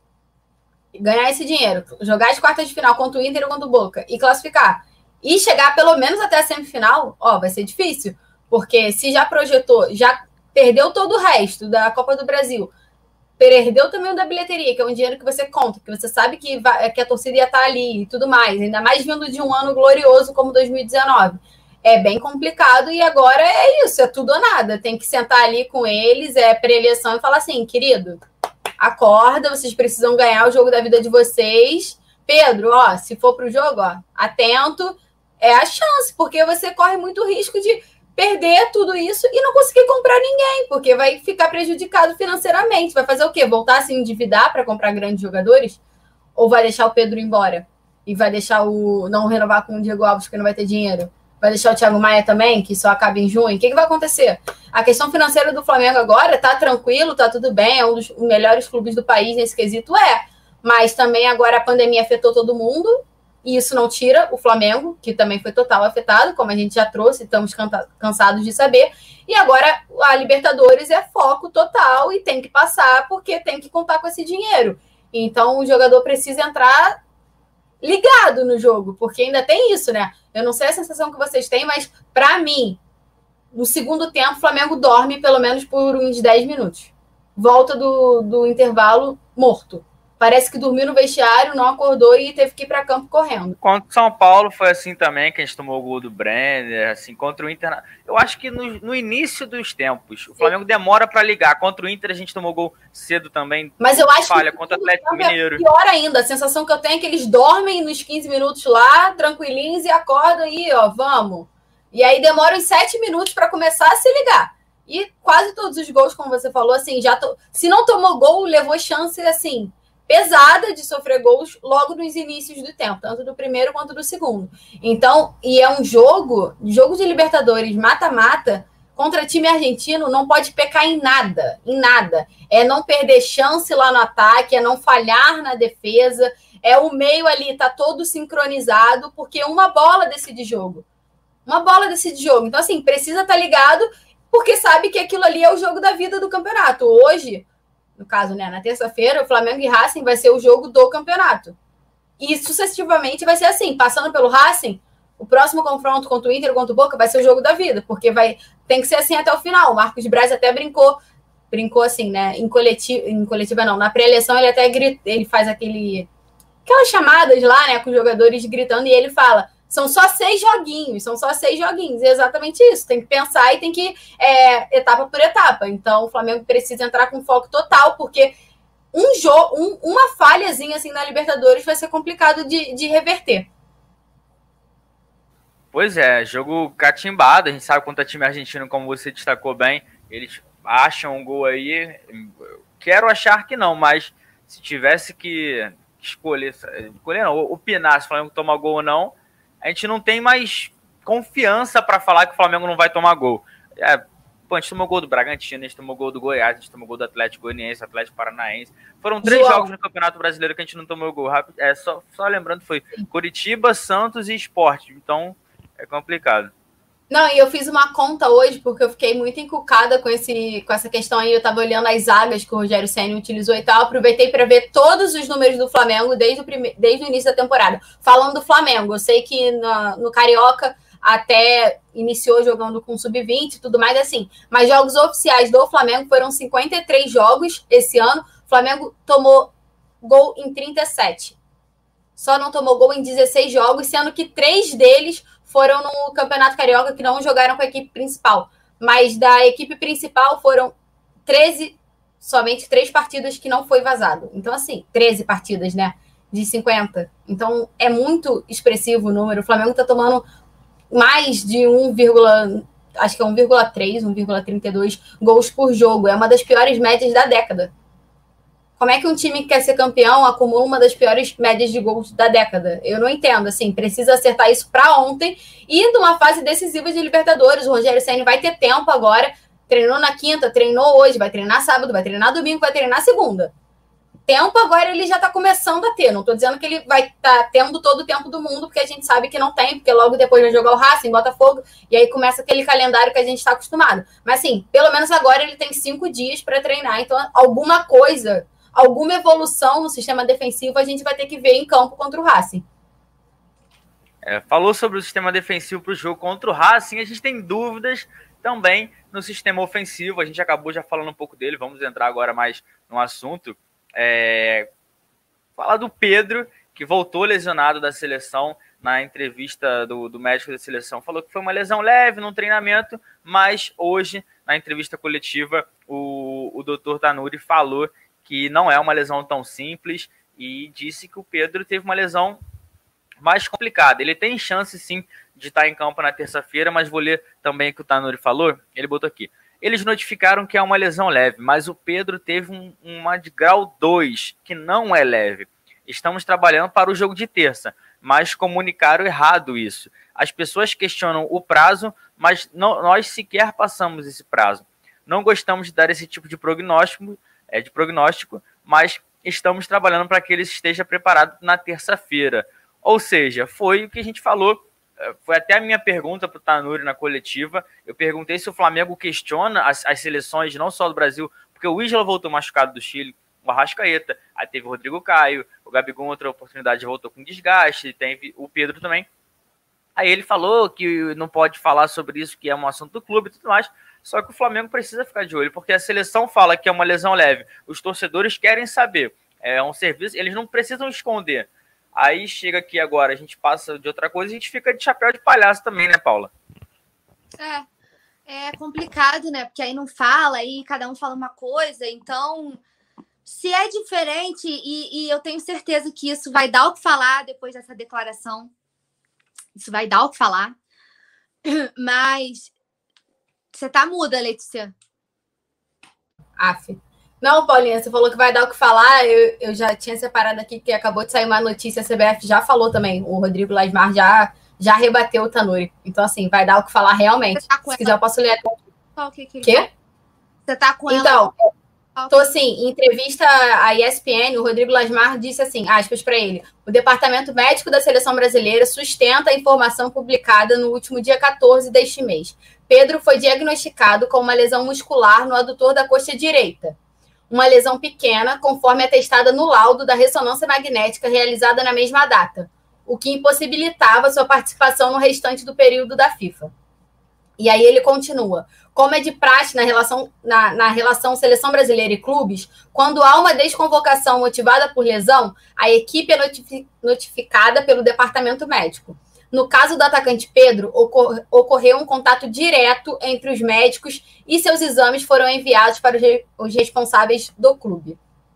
ganhar esse dinheiro, jogar as quartas de final contra o Inter ou contra o Boca e classificar, e chegar pelo menos até a semifinal, vai ser difícil. Porque se já projetou, já perdeu todo o resto da Copa do Brasil, perdeu também o da bilheteria, que é um dinheiro que você conta, que você sabe que a torcida ia estar ali e tudo mais, ainda mais vindo de um ano glorioso como 2019. É bem complicado e agora é isso, é tudo ou nada. Tem que sentar ali com eles, pré-eleição e falar assim, querido, acorda, vocês precisam ganhar o jogo da vida de vocês. Pedro, se for pro jogo, atento, é a chance, porque você corre muito risco de perder tudo isso e não conseguir comprar ninguém, porque vai ficar prejudicado financeiramente. Vai fazer o quê? Voltar a se endividar para comprar grandes jogadores? Ou vai deixar o Pedro embora? E vai deixar não renovar com o Diego Alves, porque não vai ter dinheiro? Vai deixar o Thiago Maia também, que só acaba em junho? O que vai acontecer? A questão financeira do Flamengo agora tá tranquilo, tá tudo bem, é um dos melhores clubes do país nesse quesito, mas também agora a pandemia afetou todo mundo, e isso não tira o Flamengo, que também foi total afetado, como a gente já trouxe, estamos cansados de saber. E agora a Libertadores é foco total e tem que passar, porque tem que contar com esse dinheiro. Então o jogador precisa entrar ligado no jogo, porque ainda tem isso, né? Eu não sei a sensação que vocês têm, mas para mim, no segundo tempo, o Flamengo dorme pelo menos por uns 10 minutos. Volta do intervalo morto. Parece que dormiu no vestiário, não acordou e teve que ir para campo correndo. Contra o São Paulo foi assim também, que a gente tomou o gol do Brenner, assim, contra o Inter. Eu acho que no início dos tempos, o Flamengo demora para ligar. Contra o Inter a gente tomou gol cedo também. Mas eu acho que contra o Atlético Mineiro. Pior ainda, a sensação que eu tenho é que eles dormem nos 15 minutos lá, tranquilinhos, e acordam aí, vamos. E aí demoram 7 minutos para começar a se ligar. E quase todos os gols, como você falou, assim, se não tomou gol, levou chance, assim, pesada de sofrer gols logo nos inícios do tempo, tanto do primeiro quanto do segundo. Então, e é um jogo de Libertadores, mata-mata, contra time argentino, não pode pecar em nada. É não perder chance lá no ataque, é não falhar na defesa, é o meio ali, tá todo sincronizado, porque uma bola decide jogo. Uma bola decide jogo. Então, assim, precisa estar ligado, porque sabe que aquilo ali é o jogo da vida do campeonato. Hoje, no caso, né, na terça-feira, o Flamengo e Racing vai ser o jogo do campeonato. E sucessivamente vai ser assim, passando pelo Racing, o próximo confronto contra o Inter, contra o Boca, vai ser o jogo da vida, porque tem que ser assim até o final. O Marcos Braz até brincou assim, né, em coletiva não, na pré-eleição ele até ele faz aquelas chamadas lá, né, com os jogadores gritando, e ele fala, são só 6 joguinhos, e é exatamente isso, tem que pensar e tem que etapa por etapa. Então o Flamengo precisa entrar com foco total, porque uma falhazinha assim na Libertadores vai ser complicado de reverter. Pois é, jogo catimbado, a gente sabe quanto é time argentino, como você destacou bem, eles acham um gol aí, quero achar que não, mas se tivesse que escolher não, opinar se o Flamengo toma gol ou não, a gente não tem mais confiança para falar que o Flamengo não vai tomar gol. A gente tomou gol do Bragantino, a gente tomou gol do Goiás, a gente tomou gol do Atlético Goianiense, Atlético Paranaense. Foram 3 jogos no Campeonato Brasileiro que a gente não tomou gol. Só lembrando, foi Coritiba, Santos e Sport. Então, é complicado. Não, e eu fiz uma conta hoje, porque eu fiquei muito encucada com essa questão aí. Eu estava olhando as zagas que o Rogério Ceni utilizou e tal. Aproveitei para ver todos os números do Flamengo desde o início da temporada. Falando do Flamengo, eu sei que no Carioca até iniciou jogando com sub-20 e tudo mais assim. Mas jogos oficiais do Flamengo foram 53 jogos esse ano. O Flamengo tomou gol em 37. Só não tomou gol em 16 jogos, sendo que 3 deles foram no Campeonato Carioca, que não jogaram com a equipe principal. Mas da equipe principal foram somente 3 partidas que não foi vazado. Então, assim, 13 partidas, né? De 50. Então, é muito expressivo o número. O Flamengo tá tomando mais de 1,3, 1,32 gols por jogo. É uma das piores médias da década. Como é que um time que quer ser campeão acumula uma das piores médias de gols da década? Eu não entendo, assim, precisa acertar isso para ontem e numa fase decisiva de Libertadores. O Rogério Ceni vai ter tempo agora, treinou na quinta, treinou hoje, vai treinar sábado, vai treinar domingo, vai treinar segunda. Tempo agora ele já está começando a ter, não estou dizendo que ele vai estar tendo todo o tempo do mundo, porque a gente sabe que não tem, porque logo depois vai jogar o Racing, Botafogo, e aí começa aquele calendário que a gente está acostumado. Mas assim, pelo menos agora ele tem 5 dias para treinar, então alguma evolução no sistema defensivo a gente vai ter que ver em campo contra o Racing. Falou sobre o sistema defensivo para o jogo contra o Racing, a gente tem dúvidas também no sistema ofensivo, a gente acabou já falando um pouco dele, vamos entrar agora mais no assunto. Falar do Pedro, que voltou lesionado da seleção. Na entrevista do médico da seleção, falou que foi uma lesão leve no treinamento, mas hoje, na entrevista coletiva, o doutor Tanuri falou que não é uma lesão tão simples e disse que o Pedro teve uma lesão mais complicada. Ele tem chance, sim, de estar em campo na terça-feira, mas vou ler também o que o Tanuri falou. Ele botou aqui. Eles notificaram que é uma lesão leve, mas o Pedro teve uma de grau 2, que não é leve. Estamos trabalhando para o jogo de terça, mas comunicaram errado isso. As pessoas questionam o prazo, mas nós sequer passamos esse prazo. Não gostamos de dar esse tipo de prognóstico, mas estamos trabalhando para que ele esteja preparado na terça-feira. Ou seja, foi o que a gente falou. Foi até a minha pergunta para o Tanuri na coletiva. Eu perguntei se o Flamengo questiona as seleções, não só do Brasil, porque o Isla voltou machucado do Chile, o Arrascaeta, aí teve o Rodrigo Caio, o Gabigol, outra oportunidade, voltou com desgaste, teve o Pedro também. Aí ele falou que não pode falar sobre isso, que é um assunto do clube e tudo mais, só que o Flamengo precisa ficar de olho, porque a seleção fala que é uma lesão leve, os torcedores querem saber, é um serviço, eles não precisam esconder. Aí chega aqui agora, a gente passa de outra coisa e a gente fica de chapéu de palhaço também, né, Paula? É complicado, né? Porque aí não fala, aí cada um fala uma coisa. Então, se é diferente, e eu tenho certeza que isso vai dar o que falar depois dessa declaração. Isso vai dar o que falar. Mas você tá muda, Letícia. Não, Paulinha, você falou que vai dar o que falar. Eu já tinha separado aqui, que acabou de sair uma notícia, a CBF já falou também. O Rodrigo Lasmar já rebateu o Tanuri. Então, assim, vai dar o que falar realmente. Se quiser, eu posso ler até. Quê? Você tá com ela? Então, Então, assim, em entrevista à ESPN, o Rodrigo Lasmar disse assim, aspas para ele, o Departamento Médico da Seleção Brasileira sustenta a informação publicada no último dia 14 deste mês. Pedro foi diagnosticado com uma lesão muscular no adutor da coxa direita. Uma lesão pequena, conforme atestada no laudo da ressonância magnética realizada na mesma data, o que impossibilitava sua participação no restante do período da FIFA. E aí ele continua. Como é de praxe na relação seleção brasileira e clubes, quando há uma desconvocação motivada por lesão, a equipe é notificada pelo departamento médico. No caso do atacante Pedro, ocorreu um contato direto entre os médicos e seus exames foram enviados para os responsáveis do clube.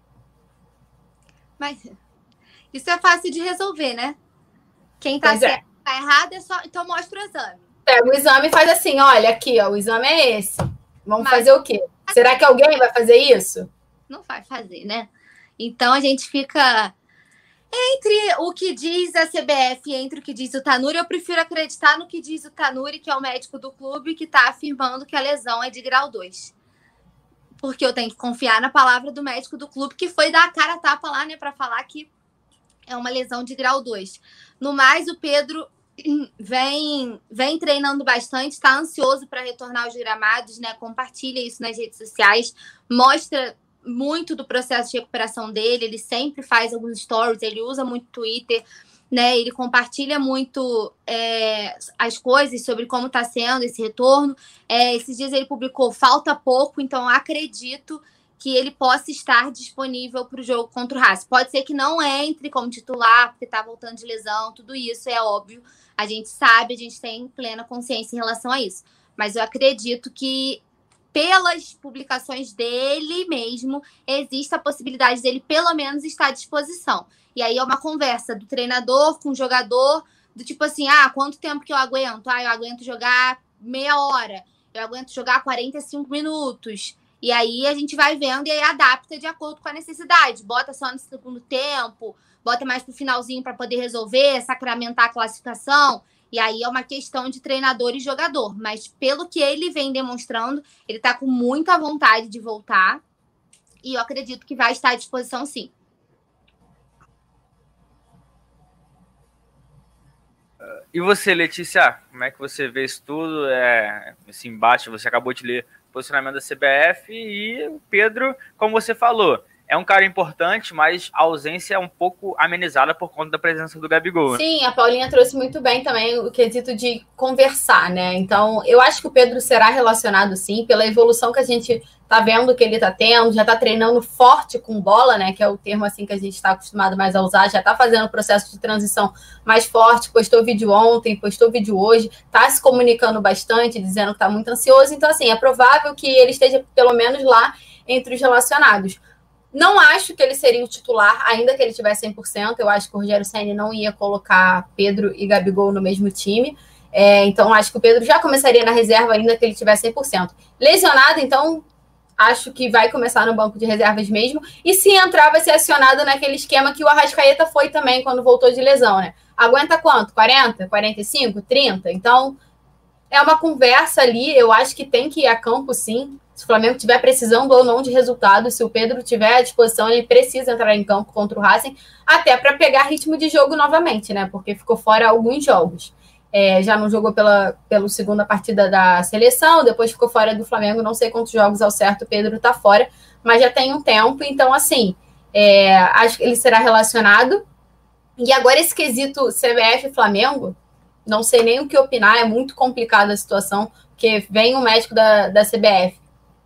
Mas isso é fácil de resolver, né? Quem tá certo, tá errado, é só... Então mostra o exame. Pega o exame e faz assim, olha, aqui, ó, o exame é esse. Vamos fazer o quê? Será que alguém vai fazer isso? Não vai fazer, né? Então a gente fica entre o que diz a CBF e entre o que diz o Tanuri. Eu prefiro acreditar no que diz o Tanuri, que é o médico do clube, que está afirmando que a lesão é de grau 2. Porque eu tenho que confiar na palavra do médico do clube, que foi dar a cara a tapa lá, né, para falar que é uma lesão de grau 2. No mais, o Pedro vem treinando bastante, está ansioso para retornar aos gramados, né? Compartilha isso nas redes sociais, mostra muito do processo de recuperação dele, ele sempre faz alguns stories, ele usa muito Twitter, né? Ele compartilha muito as coisas sobre como está sendo esse retorno. Esses dias ele publicou falta pouco, então eu acredito que ele possa estar disponível para o jogo contra o Racing. Pode ser que não entre como titular, porque está voltando de lesão, tudo isso é óbvio. A gente sabe, a gente tem plena consciência em relação a isso. Mas eu acredito que, pelas publicações dele mesmo, existe a possibilidade dele, pelo menos, estar à disposição. E aí é uma conversa do treinador com o jogador, do tipo assim, quanto tempo que eu aguento? Eu aguento jogar meia hora, eu aguento jogar 45 minutos. E aí a gente vai vendo e aí adapta de acordo com a necessidade. Bota só no segundo tempo, bota mais pro finalzinho para poder resolver, sacramentar a classificação. E aí é uma questão de treinador e jogador. Mas pelo que ele vem demonstrando, ele tá com muita vontade de voltar. E eu acredito que vai estar à disposição, sim. E você, Letícia, como é que você vê isso tudo? Esse embate, você acabou de ler o posicionamento da CBF e o Pedro, como você falou, é um cara importante, mas a ausência é um pouco amenizada por conta da presença do Gabigol. Sim, a Paulinha trouxe muito bem também o quesito de conversar, né? Então, eu acho que o Pedro será relacionado, sim, pela evolução que a gente tá vendo que ele tá tendo, já tá treinando forte com bola, né? Que é o termo, assim, que a gente tá acostumado mais a usar, já tá fazendo o processo de transição mais forte, postou vídeo ontem, postou vídeo hoje, tá se comunicando bastante, dizendo que tá muito ansioso. Então, assim, é provável que ele esteja, pelo menos, lá entre os relacionados. Não acho que ele seria o titular, ainda que ele tivesse 100%. Eu acho que o Rogério Ceni não ia colocar Pedro e Gabigol no mesmo time. Então, acho que o Pedro já começaria na reserva, ainda que ele tivesse 100%. Lesionado, então, acho que vai começar no banco de reservas mesmo. E se entrar, vai ser acionado naquele esquema que o Arrascaeta foi também quando voltou de lesão, né? Aguenta quanto? 40? 45? 30? Então, é uma conversa ali. Eu acho que tem que ir a campo, sim. Se o Flamengo estiver precisando ou não de resultado, se o Pedro tiver à disposição, ele precisa entrar em campo contra o Racing, até para pegar ritmo de jogo novamente, né? Porque ficou fora alguns jogos. Já não jogou pela segunda partida da seleção, depois ficou fora do Flamengo, não sei quantos jogos ao certo o Pedro está fora, mas já tem um tempo, então, assim, acho que ele será relacionado. E agora esse quesito CBF e Flamengo, não sei nem o que opinar, é muito complicada a situação, porque vem o médico da CBF,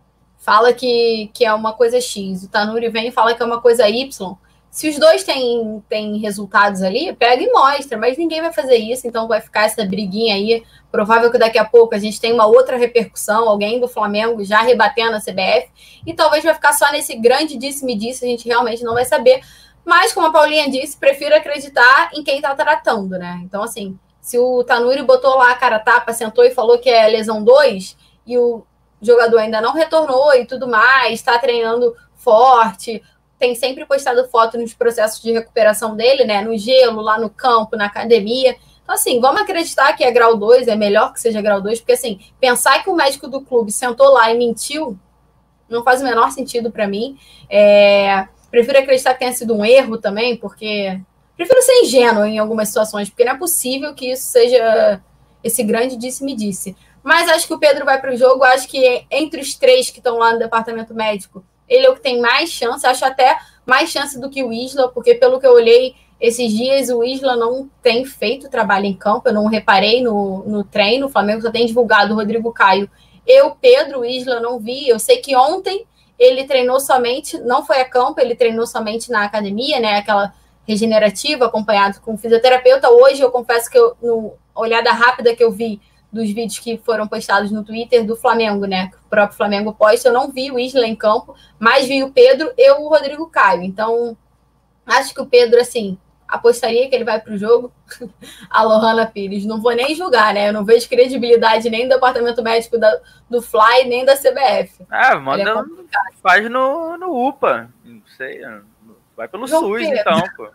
fala que é uma coisa X, o Tanuri vem e fala que é uma coisa Y. Se os dois têm resultados ali, pega e mostra, mas ninguém vai fazer isso, então vai ficar essa briguinha aí. Provável que daqui a pouco a gente tenha uma outra repercussão, alguém do Flamengo já rebatendo a CBF, e talvez vai ficar só nesse grande disse-me-disse, a gente realmente não vai saber. Mas, como a Paulinha disse, prefiro acreditar em quem está tratando, né? Então, assim, se o Tanuri botou lá a cara a tapa, sentou e falou que é lesão 2, e o jogador ainda não retornou e tudo mais, está treinando forte, tem sempre postado foto nos processos de recuperação dele, né? No gelo, lá no campo, na academia. Então, assim, vamos acreditar que é grau 2, é melhor que seja grau 2, porque, assim, pensar que o médico do clube sentou lá e mentiu, não faz o menor sentido para mim. Prefiro acreditar que tenha sido um erro também, porque prefiro ser ingênuo em algumas situações, porque não é possível que isso seja esse grande disse-me-disse. Mas acho que o Pedro vai para o jogo, acho que entre os 3 que estão lá no departamento médico, ele é o que tem mais chance, acho até mais chance do que o Isla, porque pelo que eu olhei esses dias, o Isla não tem feito trabalho em campo, eu não reparei no treino, o Flamengo só tem divulgado o Rodrigo Caio. Pedro, o Isla não vi, eu sei que ontem ele treinou somente, não foi a campo, ele treinou somente na academia, né, aquela regenerativa, acompanhado com o fisioterapeuta. Hoje eu confesso que no olhada rápida que eu vi dos vídeos que foram postados no Twitter do Flamengo, né, que o próprio Flamengo posta, eu não vi o Isla em campo, mas vi o Pedro e o Rodrigo Caio. Então, acho que o Pedro, assim, apostaria que ele vai para o jogo. A Lohana Pires, não vou nem julgar, né? Eu não vejo credibilidade nem do departamento médico do Fly, nem da CBF. Manda, faz no UPA, não sei, vai pelo João SUS, Pedro. Então, pô.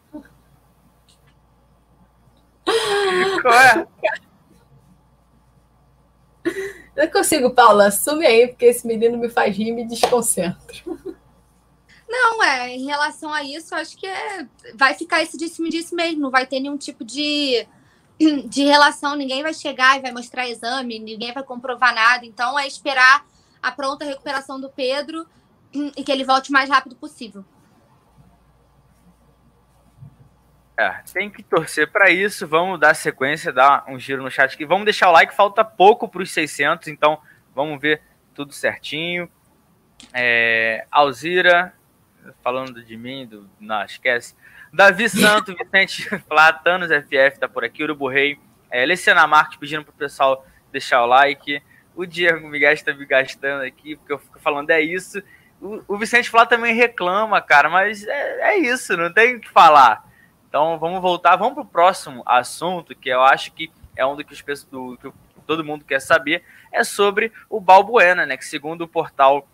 Qual é? Eu consigo, Paula, assume aí, porque esse menino me faz rir e me desconcentra. Não, em relação a isso, acho que vai ficar esse disse-me-disse mesmo, não vai ter nenhum tipo de relação, ninguém vai chegar e vai mostrar exame, ninguém vai comprovar nada, então é esperar a pronta recuperação do Pedro e que ele volte o mais rápido possível. Tem que torcer para isso, vamos dar sequência, dar um giro no chat aqui, vamos deixar o like, falta pouco para os 600, então vamos ver tudo certinho. Alzira, falando de mim, não, esquece. Davi Santos, Vicente Flá, Thanos FF tá por aqui, Urubu Rei, Luciana Marques pedindo pro pessoal deixar o like, o Diego Miguel tá me gastando aqui, porque eu fico falando isso, o Vicente Flá também reclama, cara, mas é isso, não tem o que falar. Então vamos voltar, vamos pro próximo assunto, que eu acho que é um do que todo mundo quer saber, é sobre o Balbuena, né, que segundo o portal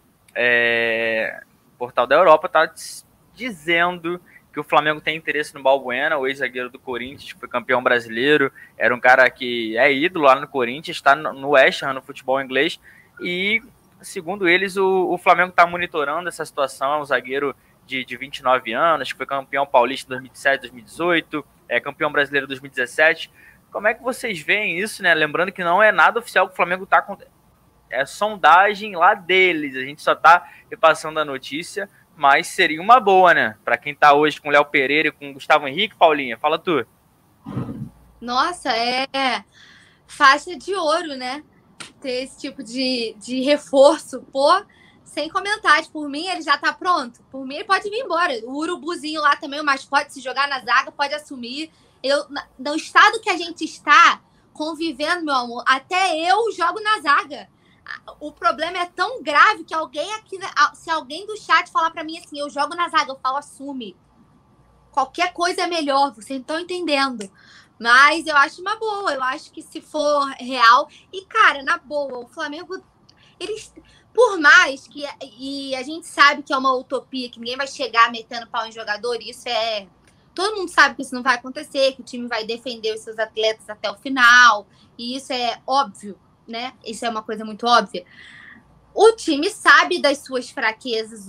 da Europa tá dizendo que o Flamengo tem interesse no Balbuena, o ex-zagueiro do Corinthians, que foi campeão brasileiro, era um cara que é ídolo lá no Corinthians, está no West Ham, no futebol inglês, e segundo eles, o Flamengo está monitorando essa situação, é um zagueiro de 29 anos, que foi campeão paulista em 2007, 2018, campeão brasileiro em 2017. Como é que vocês veem isso, né? Lembrando que não é nada oficial que o Flamengo está com... É sondagem lá deles, a gente só tá repassando a notícia, mas seria uma boa, né? Para quem tá hoje com o Léo Pereira e com o Gustavo Henrique, Paulinha, fala tu. Nossa, faixa de ouro, né? Ter esse tipo de reforço, sem comentários. Por mim, ele já tá pronto. Por mim, ele pode vir embora. O urubuzinho lá também, o mascote, se jogar na zaga, pode assumir. No estado que a gente está convivendo, meu amor, até eu jogo na zaga. O problema é tão grave que alguém aqui, se alguém do chat falar pra mim assim, eu jogo na zaga, eu falo, assume. Qualquer coisa é melhor, vocês não estão entendendo. Mas eu acho uma boa, eu acho que se for real... E, cara, na boa, o Flamengo, eles... Por mais que... E a gente sabe que é uma utopia, que ninguém vai chegar metendo pau em jogador, isso todo mundo sabe que isso não vai acontecer, que o time vai defender os seus atletas até o final, e isso é óbvio, né? Isso é uma coisa muito óbvia. O time sabe das suas fraquezas,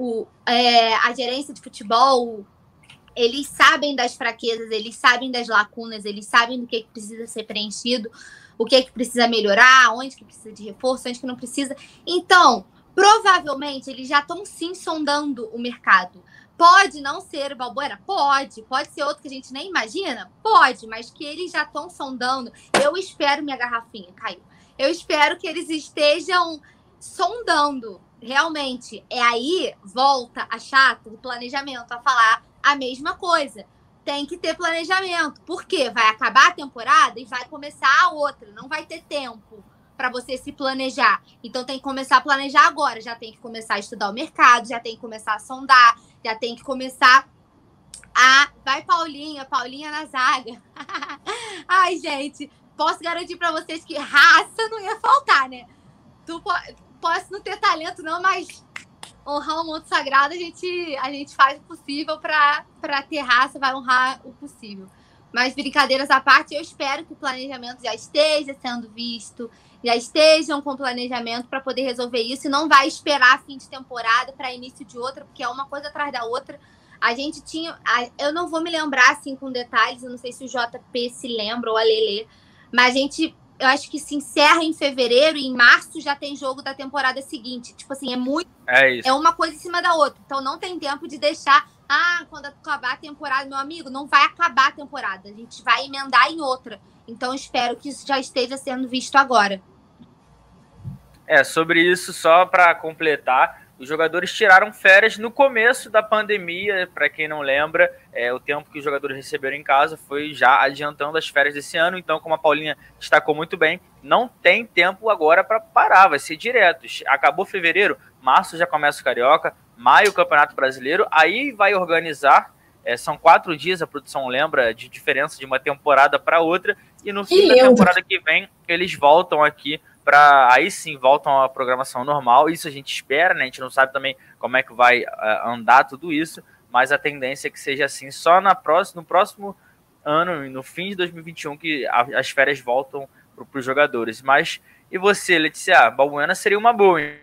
a gerência de futebol, eles sabem das fraquezas, eles sabem das lacunas, eles sabem do que precisa ser preenchido, o que precisa melhorar, onde que precisa de reforço, onde que não precisa. Então, provavelmente, eles já estão sim sondando o mercado. Pode não ser o Balbuena? Pode ser outro que a gente nem imagina? Pode, mas que eles já estão sondando. Eu espero, minha garrafinha caiu. Eu espero que eles estejam sondando, realmente. Aí volta a chato do planejamento, a falar a mesma coisa. Tem que ter planejamento. Por quê? Vai acabar a temporada e vai começar a outra. Não vai ter tempo para você se planejar. Então tem que começar a planejar agora. Já tem que começar a estudar o mercado, já tem que começar a sondar, já tem que começar a... Vai, Paulinha na zaga. Ai, gente, posso garantir para vocês que raça não ia faltar, né? Posso não ter talento não, mas honrar o manto sagrado a gente faz o possível para ter raça, vai honrar o possível. Mas brincadeiras à parte, eu espero que o planejamento já esteja sendo visto, já estejam com planejamento para poder resolver isso e não vai esperar fim de temporada para início de outra, porque é uma coisa atrás da outra. A gente tinha... Eu não vou me lembrar assim com detalhes, eu não sei se o JP se lembra ou a Lelê, mas a gente... Eu acho que se encerra em fevereiro e em março já tem jogo da temporada seguinte. Tipo assim, é muito... É isso. É uma coisa em cima da outra. Então não tem tempo de deixar... quando acabar a temporada, meu amigo, não vai acabar a temporada. A gente vai emendar em outra. Então espero que isso já esteja sendo visto agora. Sobre isso, só para completar, os jogadores tiraram férias no começo da pandemia. Para quem não lembra, o tempo que os jogadores receberam em casa foi já adiantando as férias desse ano. Então, como a Paulinha destacou muito bem, não tem tempo agora para parar, vai ser direto. Acabou fevereiro, março já começa o Carioca, maio o Campeonato Brasileiro, aí vai organizar, são 4 dias, a produção lembra, de diferença de uma temporada para outra, e no fim da temporada que vem, eles voltam aqui aí sim voltam à programação normal. Isso a gente espera, né? A gente não sabe também como é que vai andar tudo isso, mas a tendência é que seja assim só no próximo ano, no fim de 2021, que as férias voltam para os jogadores. Mas e você, Letícia? Balbuena seria uma boa, hein?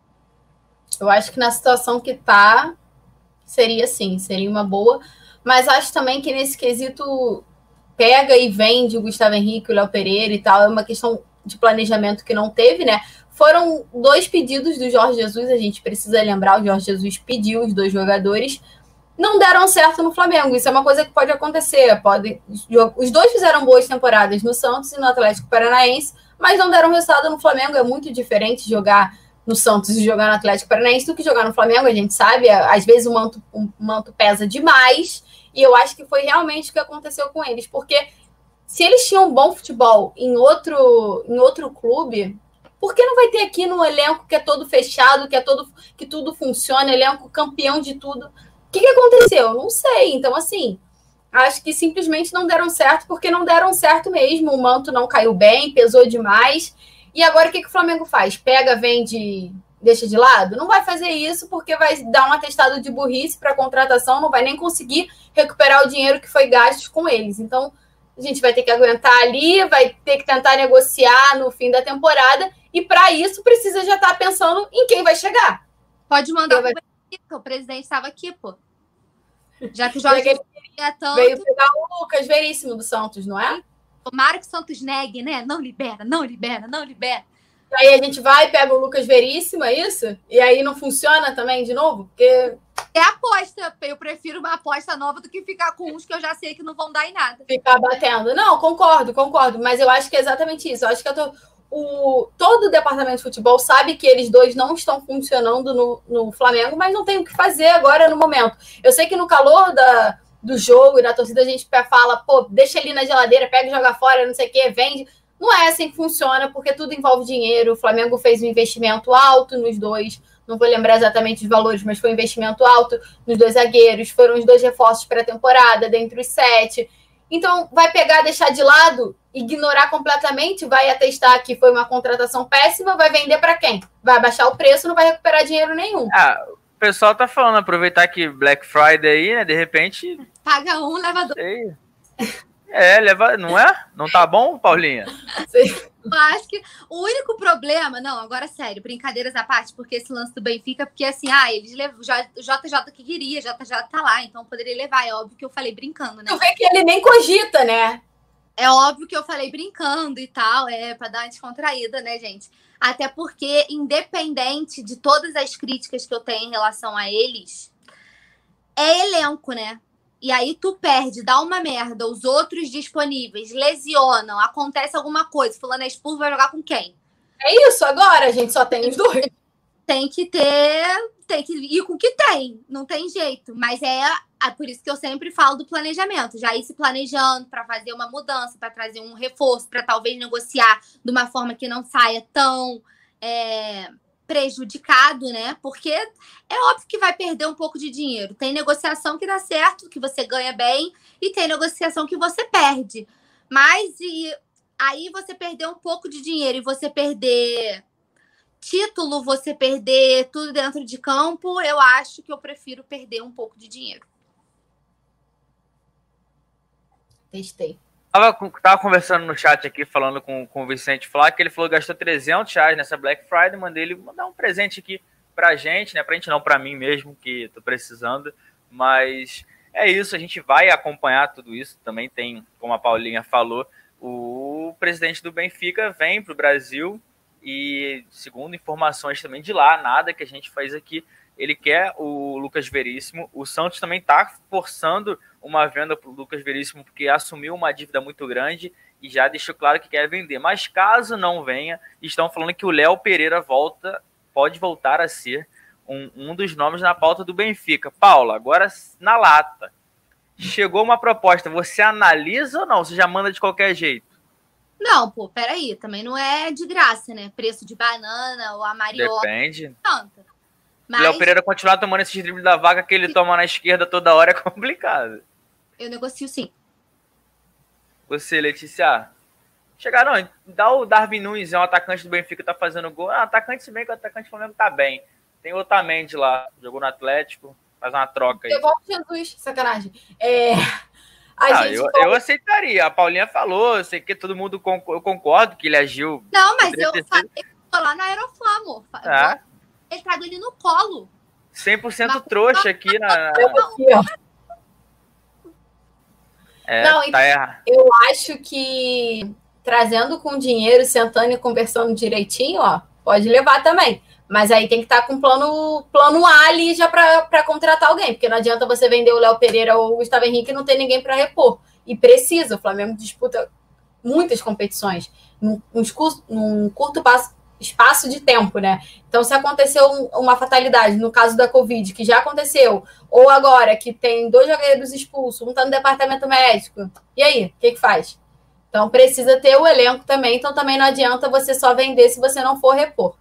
Eu acho que na situação que tá, seria uma boa, mas acho também que nesse quesito pega e vende o Gustavo Henrique, o Léo Pereira e tal, é uma questão de planejamento que não teve, né? Foram 2 pedidos do Jorge Jesus, a gente precisa lembrar, o Jorge Jesus pediu os 2 jogadores, não deram certo no Flamengo, isso é uma coisa que pode acontecer, os 2 fizeram boas temporadas no Santos e no Atlético Paranaense, mas não deram resultado no Flamengo, é muito diferente jogar no Santos e jogar no Atlético Paranaense do que jogar no Flamengo, a gente sabe, às vezes o manto pesa demais, e eu acho que foi realmente o que aconteceu com eles, porque se eles tinham um bom futebol em outro clube, por que não vai ter aqui no elenco que é todo fechado, que tudo funciona, elenco campeão de tudo? O que aconteceu? Não sei. Então, assim, acho que simplesmente não deram certo, porque não deram certo mesmo. O manto não caiu bem, pesou demais. E agora o que o Flamengo faz? Pega, vende, deixa de lado? Não vai fazer isso, porque vai dar um atestado de burrice para a contratação, não vai nem conseguir recuperar o dinheiro que foi gasto com eles. Então, a gente vai ter que aguentar ali, vai ter que tentar negociar no fim da temporada, e para isso precisa já estar pensando em quem vai chegar. Pode mandar o presidente estava aqui, pô. Já que o Jorge queria tanto... Veio pegar o Lucas Veríssimo do Santos, não é? Tomara que o Santos negue, né? Não libera, não libera, não libera. E aí a gente vai e pega o Lucas Veríssimo, é isso? E aí não funciona também de novo? Porque... É aposta. Eu prefiro uma aposta nova do que ficar com uns que eu já sei que não vão dar em nada. Ficar batendo. Não, concordo. Mas eu acho que é exatamente isso. Eu acho que todo o departamento de futebol sabe que eles 2 não estão funcionando no Flamengo, mas não tem o que fazer agora no momento. Eu sei que no calor do jogo e da torcida a gente fala, pô, deixa ali na geladeira, pega e joga fora, não sei o quê, vende. Não é assim que funciona, porque tudo envolve dinheiro. O Flamengo fez um investimento alto nos 2, não vou lembrar exatamente os valores, mas foi um investimento alto nos 2 zagueiros, foram os 2 reforços para a temporada, dentre os 7. Então, vai pegar, deixar de lado, ignorar completamente, vai atestar que foi uma contratação péssima, vai vender para quem? Vai baixar o preço, não vai recuperar dinheiro nenhum. O pessoal tá falando, aproveitar que Black Friday aí, né, de repente... Paga um, leva 2. Leva, não é? Não tá bom, Paulinha? Sim. Eu acho que o único problema, não, agora sério, brincadeiras à parte, porque esse lance do Benfica, porque assim, eles levam, o JJ que queria, JJ tá lá, então poderia levar, é óbvio que eu falei brincando, né? Tu vê que ele nem cogita, né? É óbvio que eu falei brincando e tal, pra dar uma descontraída, né, gente? Até porque, independente de todas as críticas que eu tenho em relação a eles, é elenco, né? E aí tu perde, dá uma merda, os outros disponíveis lesionam, acontece alguma coisa, fulano é expulso, vai jogar com quem? É isso, agora a gente só tem os 2. Tem que ir com o que tem, não tem jeito. Mas é por isso que eu sempre falo do planejamento, já ir se planejando para fazer uma mudança, para trazer um reforço, para talvez negociar de uma forma que não saia tão prejudicado, né? Porque é óbvio que vai perder um pouco de dinheiro. Tem negociação que dá certo, que você ganha bem, e tem negociação que você perde. Mas aí você perder um pouco de dinheiro e você perder título, você perder tudo dentro de campo, eu acho que eu prefiro perder um pouco de dinheiro. Testei. Tava conversando no chat aqui, falando com o Vicente Flá, que ele falou que gastou R$300 nessa Black Friday. Mandei ele mandar um presente aqui pra gente, né? Pra gente não, pra mim mesmo, que tô precisando. Mas é isso, a gente vai acompanhar tudo isso. Também tem, como a Paulinha falou, o presidente do Benfica vem pro Brasil e, segundo informações também de lá, nada que a gente faz aqui, ele quer o Lucas Veríssimo. O Santos também está forçando uma venda para o Lucas Veríssimo porque assumiu uma dívida muito grande e já deixou claro que quer vender. Mas caso não venha, estão falando que o Léo Pereira pode voltar a ser um dos nomes na pauta do Benfica. Paula, agora na lata. Chegou uma proposta, você analisa ou não? Você já manda de qualquer jeito? Não, pô, peraí. Também não é de graça, né? Preço de banana ou a mariola. Depende. Tanta. Mas o Léo Pereira continuar tomando esse drible da vaca que ele toma na esquerda toda hora é complicado. Eu negocio sim. Você, Letícia? Chegar, não, dá o Darwin Nunes, é um atacante do Benfica, tá fazendo gol. Atacante, se bem que o atacante do Flamengo tá bem. Tem o Otamendi lá, jogou no Atlético, faz uma troca aí. Devolve Jesus, sacanagem. Eu aceitaria. A Paulinha falou, eu sei que todo mundo eu concordo que ele agiu. Não, mas eu falei que tô lá na Aeroflá, amor. Ele tá ali no colo. 100% trouxa aqui na... Aqui, ó. Não, tá errado. Eu acho que trazendo com dinheiro, sentando e conversando direitinho, ó, pode levar também. Mas aí tem que estar com plano A ali já para contratar alguém, porque não adianta você vender o Léo Pereira ou o Gustavo Henrique e não ter ninguém para repor. E precisa, o Flamengo disputa muitas competições num curto espaço de tempo, né? Então, se aconteceu uma fatalidade, no caso da Covid, que já aconteceu, ou agora que tem 2 jogadores expulsos, um tá no departamento médico, e aí? O que faz? Então, precisa ter o elenco também, então também não adianta você só vender se você não for repor.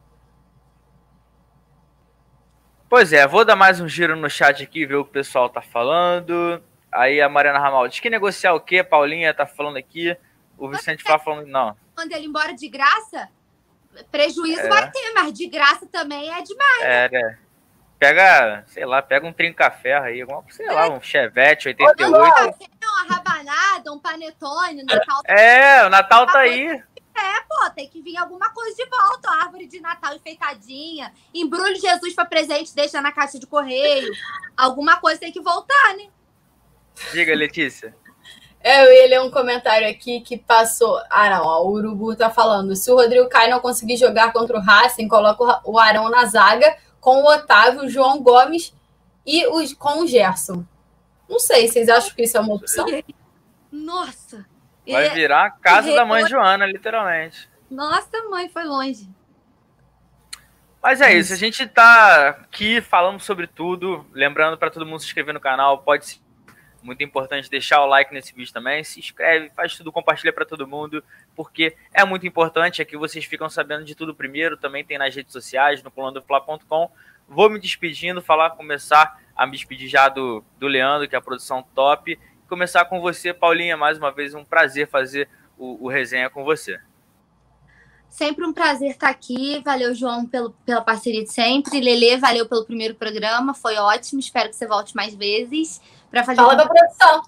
Pois é, vou dar mais um giro no chat aqui, ver o que o pessoal tá falando. Aí a Mariana Ramal diz que negociar o quê? A Paulinha tá falando aqui. O Vicente Flá falando, não. Manda ele embora de graça? Prejuízo vai ter, mas de graça também é demais. Né? Pega, sei lá, pega um trinca-ferro aí, sei lá, um Chevette 88. Uma rabanada, um panetone, Natal. O Natal tá aí. Tem que vir alguma coisa de volta. A árvore de Natal enfeitadinha. Embrulho Jesus para presente, deixa na caixa de correio. Alguma coisa tem que voltar, né? Diga, Letícia. Eu ia ler um comentário aqui que passou. O Urubu tá falando. Se o Rodrigo Caio não conseguir jogar contra o Racing, coloca o Arão na zaga com o Otávio, o João Gomes e com o Gerson. Não sei, vocês acham que isso é uma opção? Nossa! Vai virar a casa da mãe Joana, literalmente. Nossa, mãe, foi longe. Mas é isso, a gente tá aqui falando sobre tudo. Lembrando para todo mundo se inscrever no canal, pode ser muito importante deixar o like nesse vídeo também. Se inscreve, faz tudo, compartilha para todo mundo, porque é muito importante. Aqui vocês ficam sabendo de tudo primeiro. Também tem nas redes sociais, no colunadofla.com. Vou me despedindo, começar a me despedir já do Leandro, que é a produção top. Começar com você, Paulinha, mais uma vez um prazer fazer o resenha com você. Sempre um prazer estar aqui. Valeu, João, pela parceria de sempre. Lelê, valeu pelo primeiro programa, foi ótimo. Espero que você volte mais vezes. Fala da produção.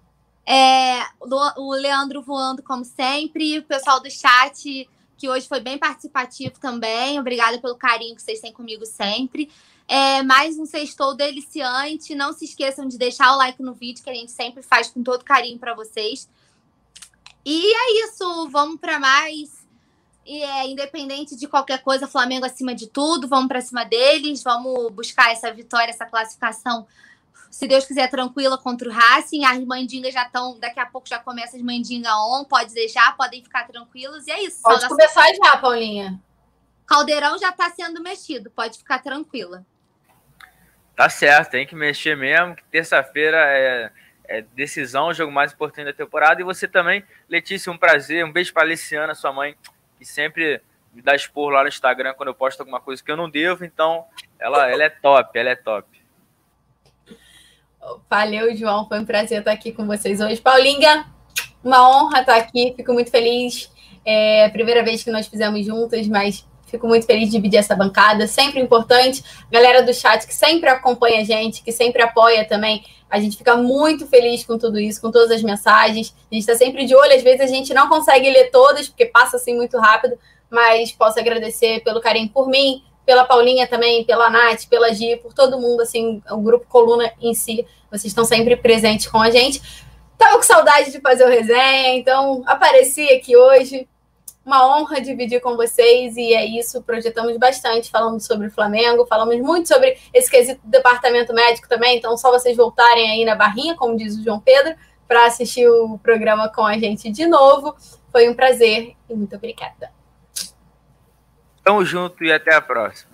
O Leandro voando, como sempre. O pessoal do chat, que hoje foi bem participativo também. Obrigada pelo carinho que vocês têm comigo sempre. Mais um sextou deliciante. Não se esqueçam de deixar o like no vídeo, que a gente sempre faz com todo carinho para vocês. E é isso, vamos para mais. Independente de qualquer coisa, Flamengo acima de tudo, vamos para cima deles, vamos buscar essa vitória, essa classificação, se Deus quiser, tranquila contra o Racing. As mandingas já estão, daqui a pouco já começa as mandingas pode deixar, podem ficar tranquilos, e é isso. Pode começar já, Paulinha. Caldeirão já está sendo mexido, pode ficar tranquila. Tá certo, tem que mexer mesmo, que terça-feira é decisão, o jogo mais importante da temporada. E você também, Letícia, um prazer, um beijo pra Aliciana, sua mãe, que sempre me dá esporro lá no Instagram quando eu posto alguma coisa que eu não devo, então ela é top, Valeu, João, foi um prazer estar aqui com vocês hoje. Paulinha, uma honra estar aqui, fico muito feliz. É a primeira vez que nós fizemos juntas, mas Fico muito feliz de dividir essa bancada, sempre importante. Galera do chat que sempre acompanha a gente, que sempre apoia também. A gente fica muito feliz com tudo isso, com todas as mensagens. A gente está sempre de olho, às vezes a gente não consegue ler todas, porque passa assim muito rápido, mas posso agradecer pelo carinho por mim, pela Paulinha também, pela Nath, pela Gi, por todo mundo, assim, o grupo Coluna em si. Vocês estão sempre presentes com a gente. Tava com saudade de fazer o resenha, então apareci aqui hoje. Uma honra dividir com vocês e é isso, projetamos bastante falando sobre o Flamengo, falamos muito sobre esse quesito do departamento médico também, então só vocês voltarem aí na barrinha, como diz o João Pedro, para assistir o programa com a gente de novo. Foi um prazer e muito obrigada. Tamo junto e até a próxima.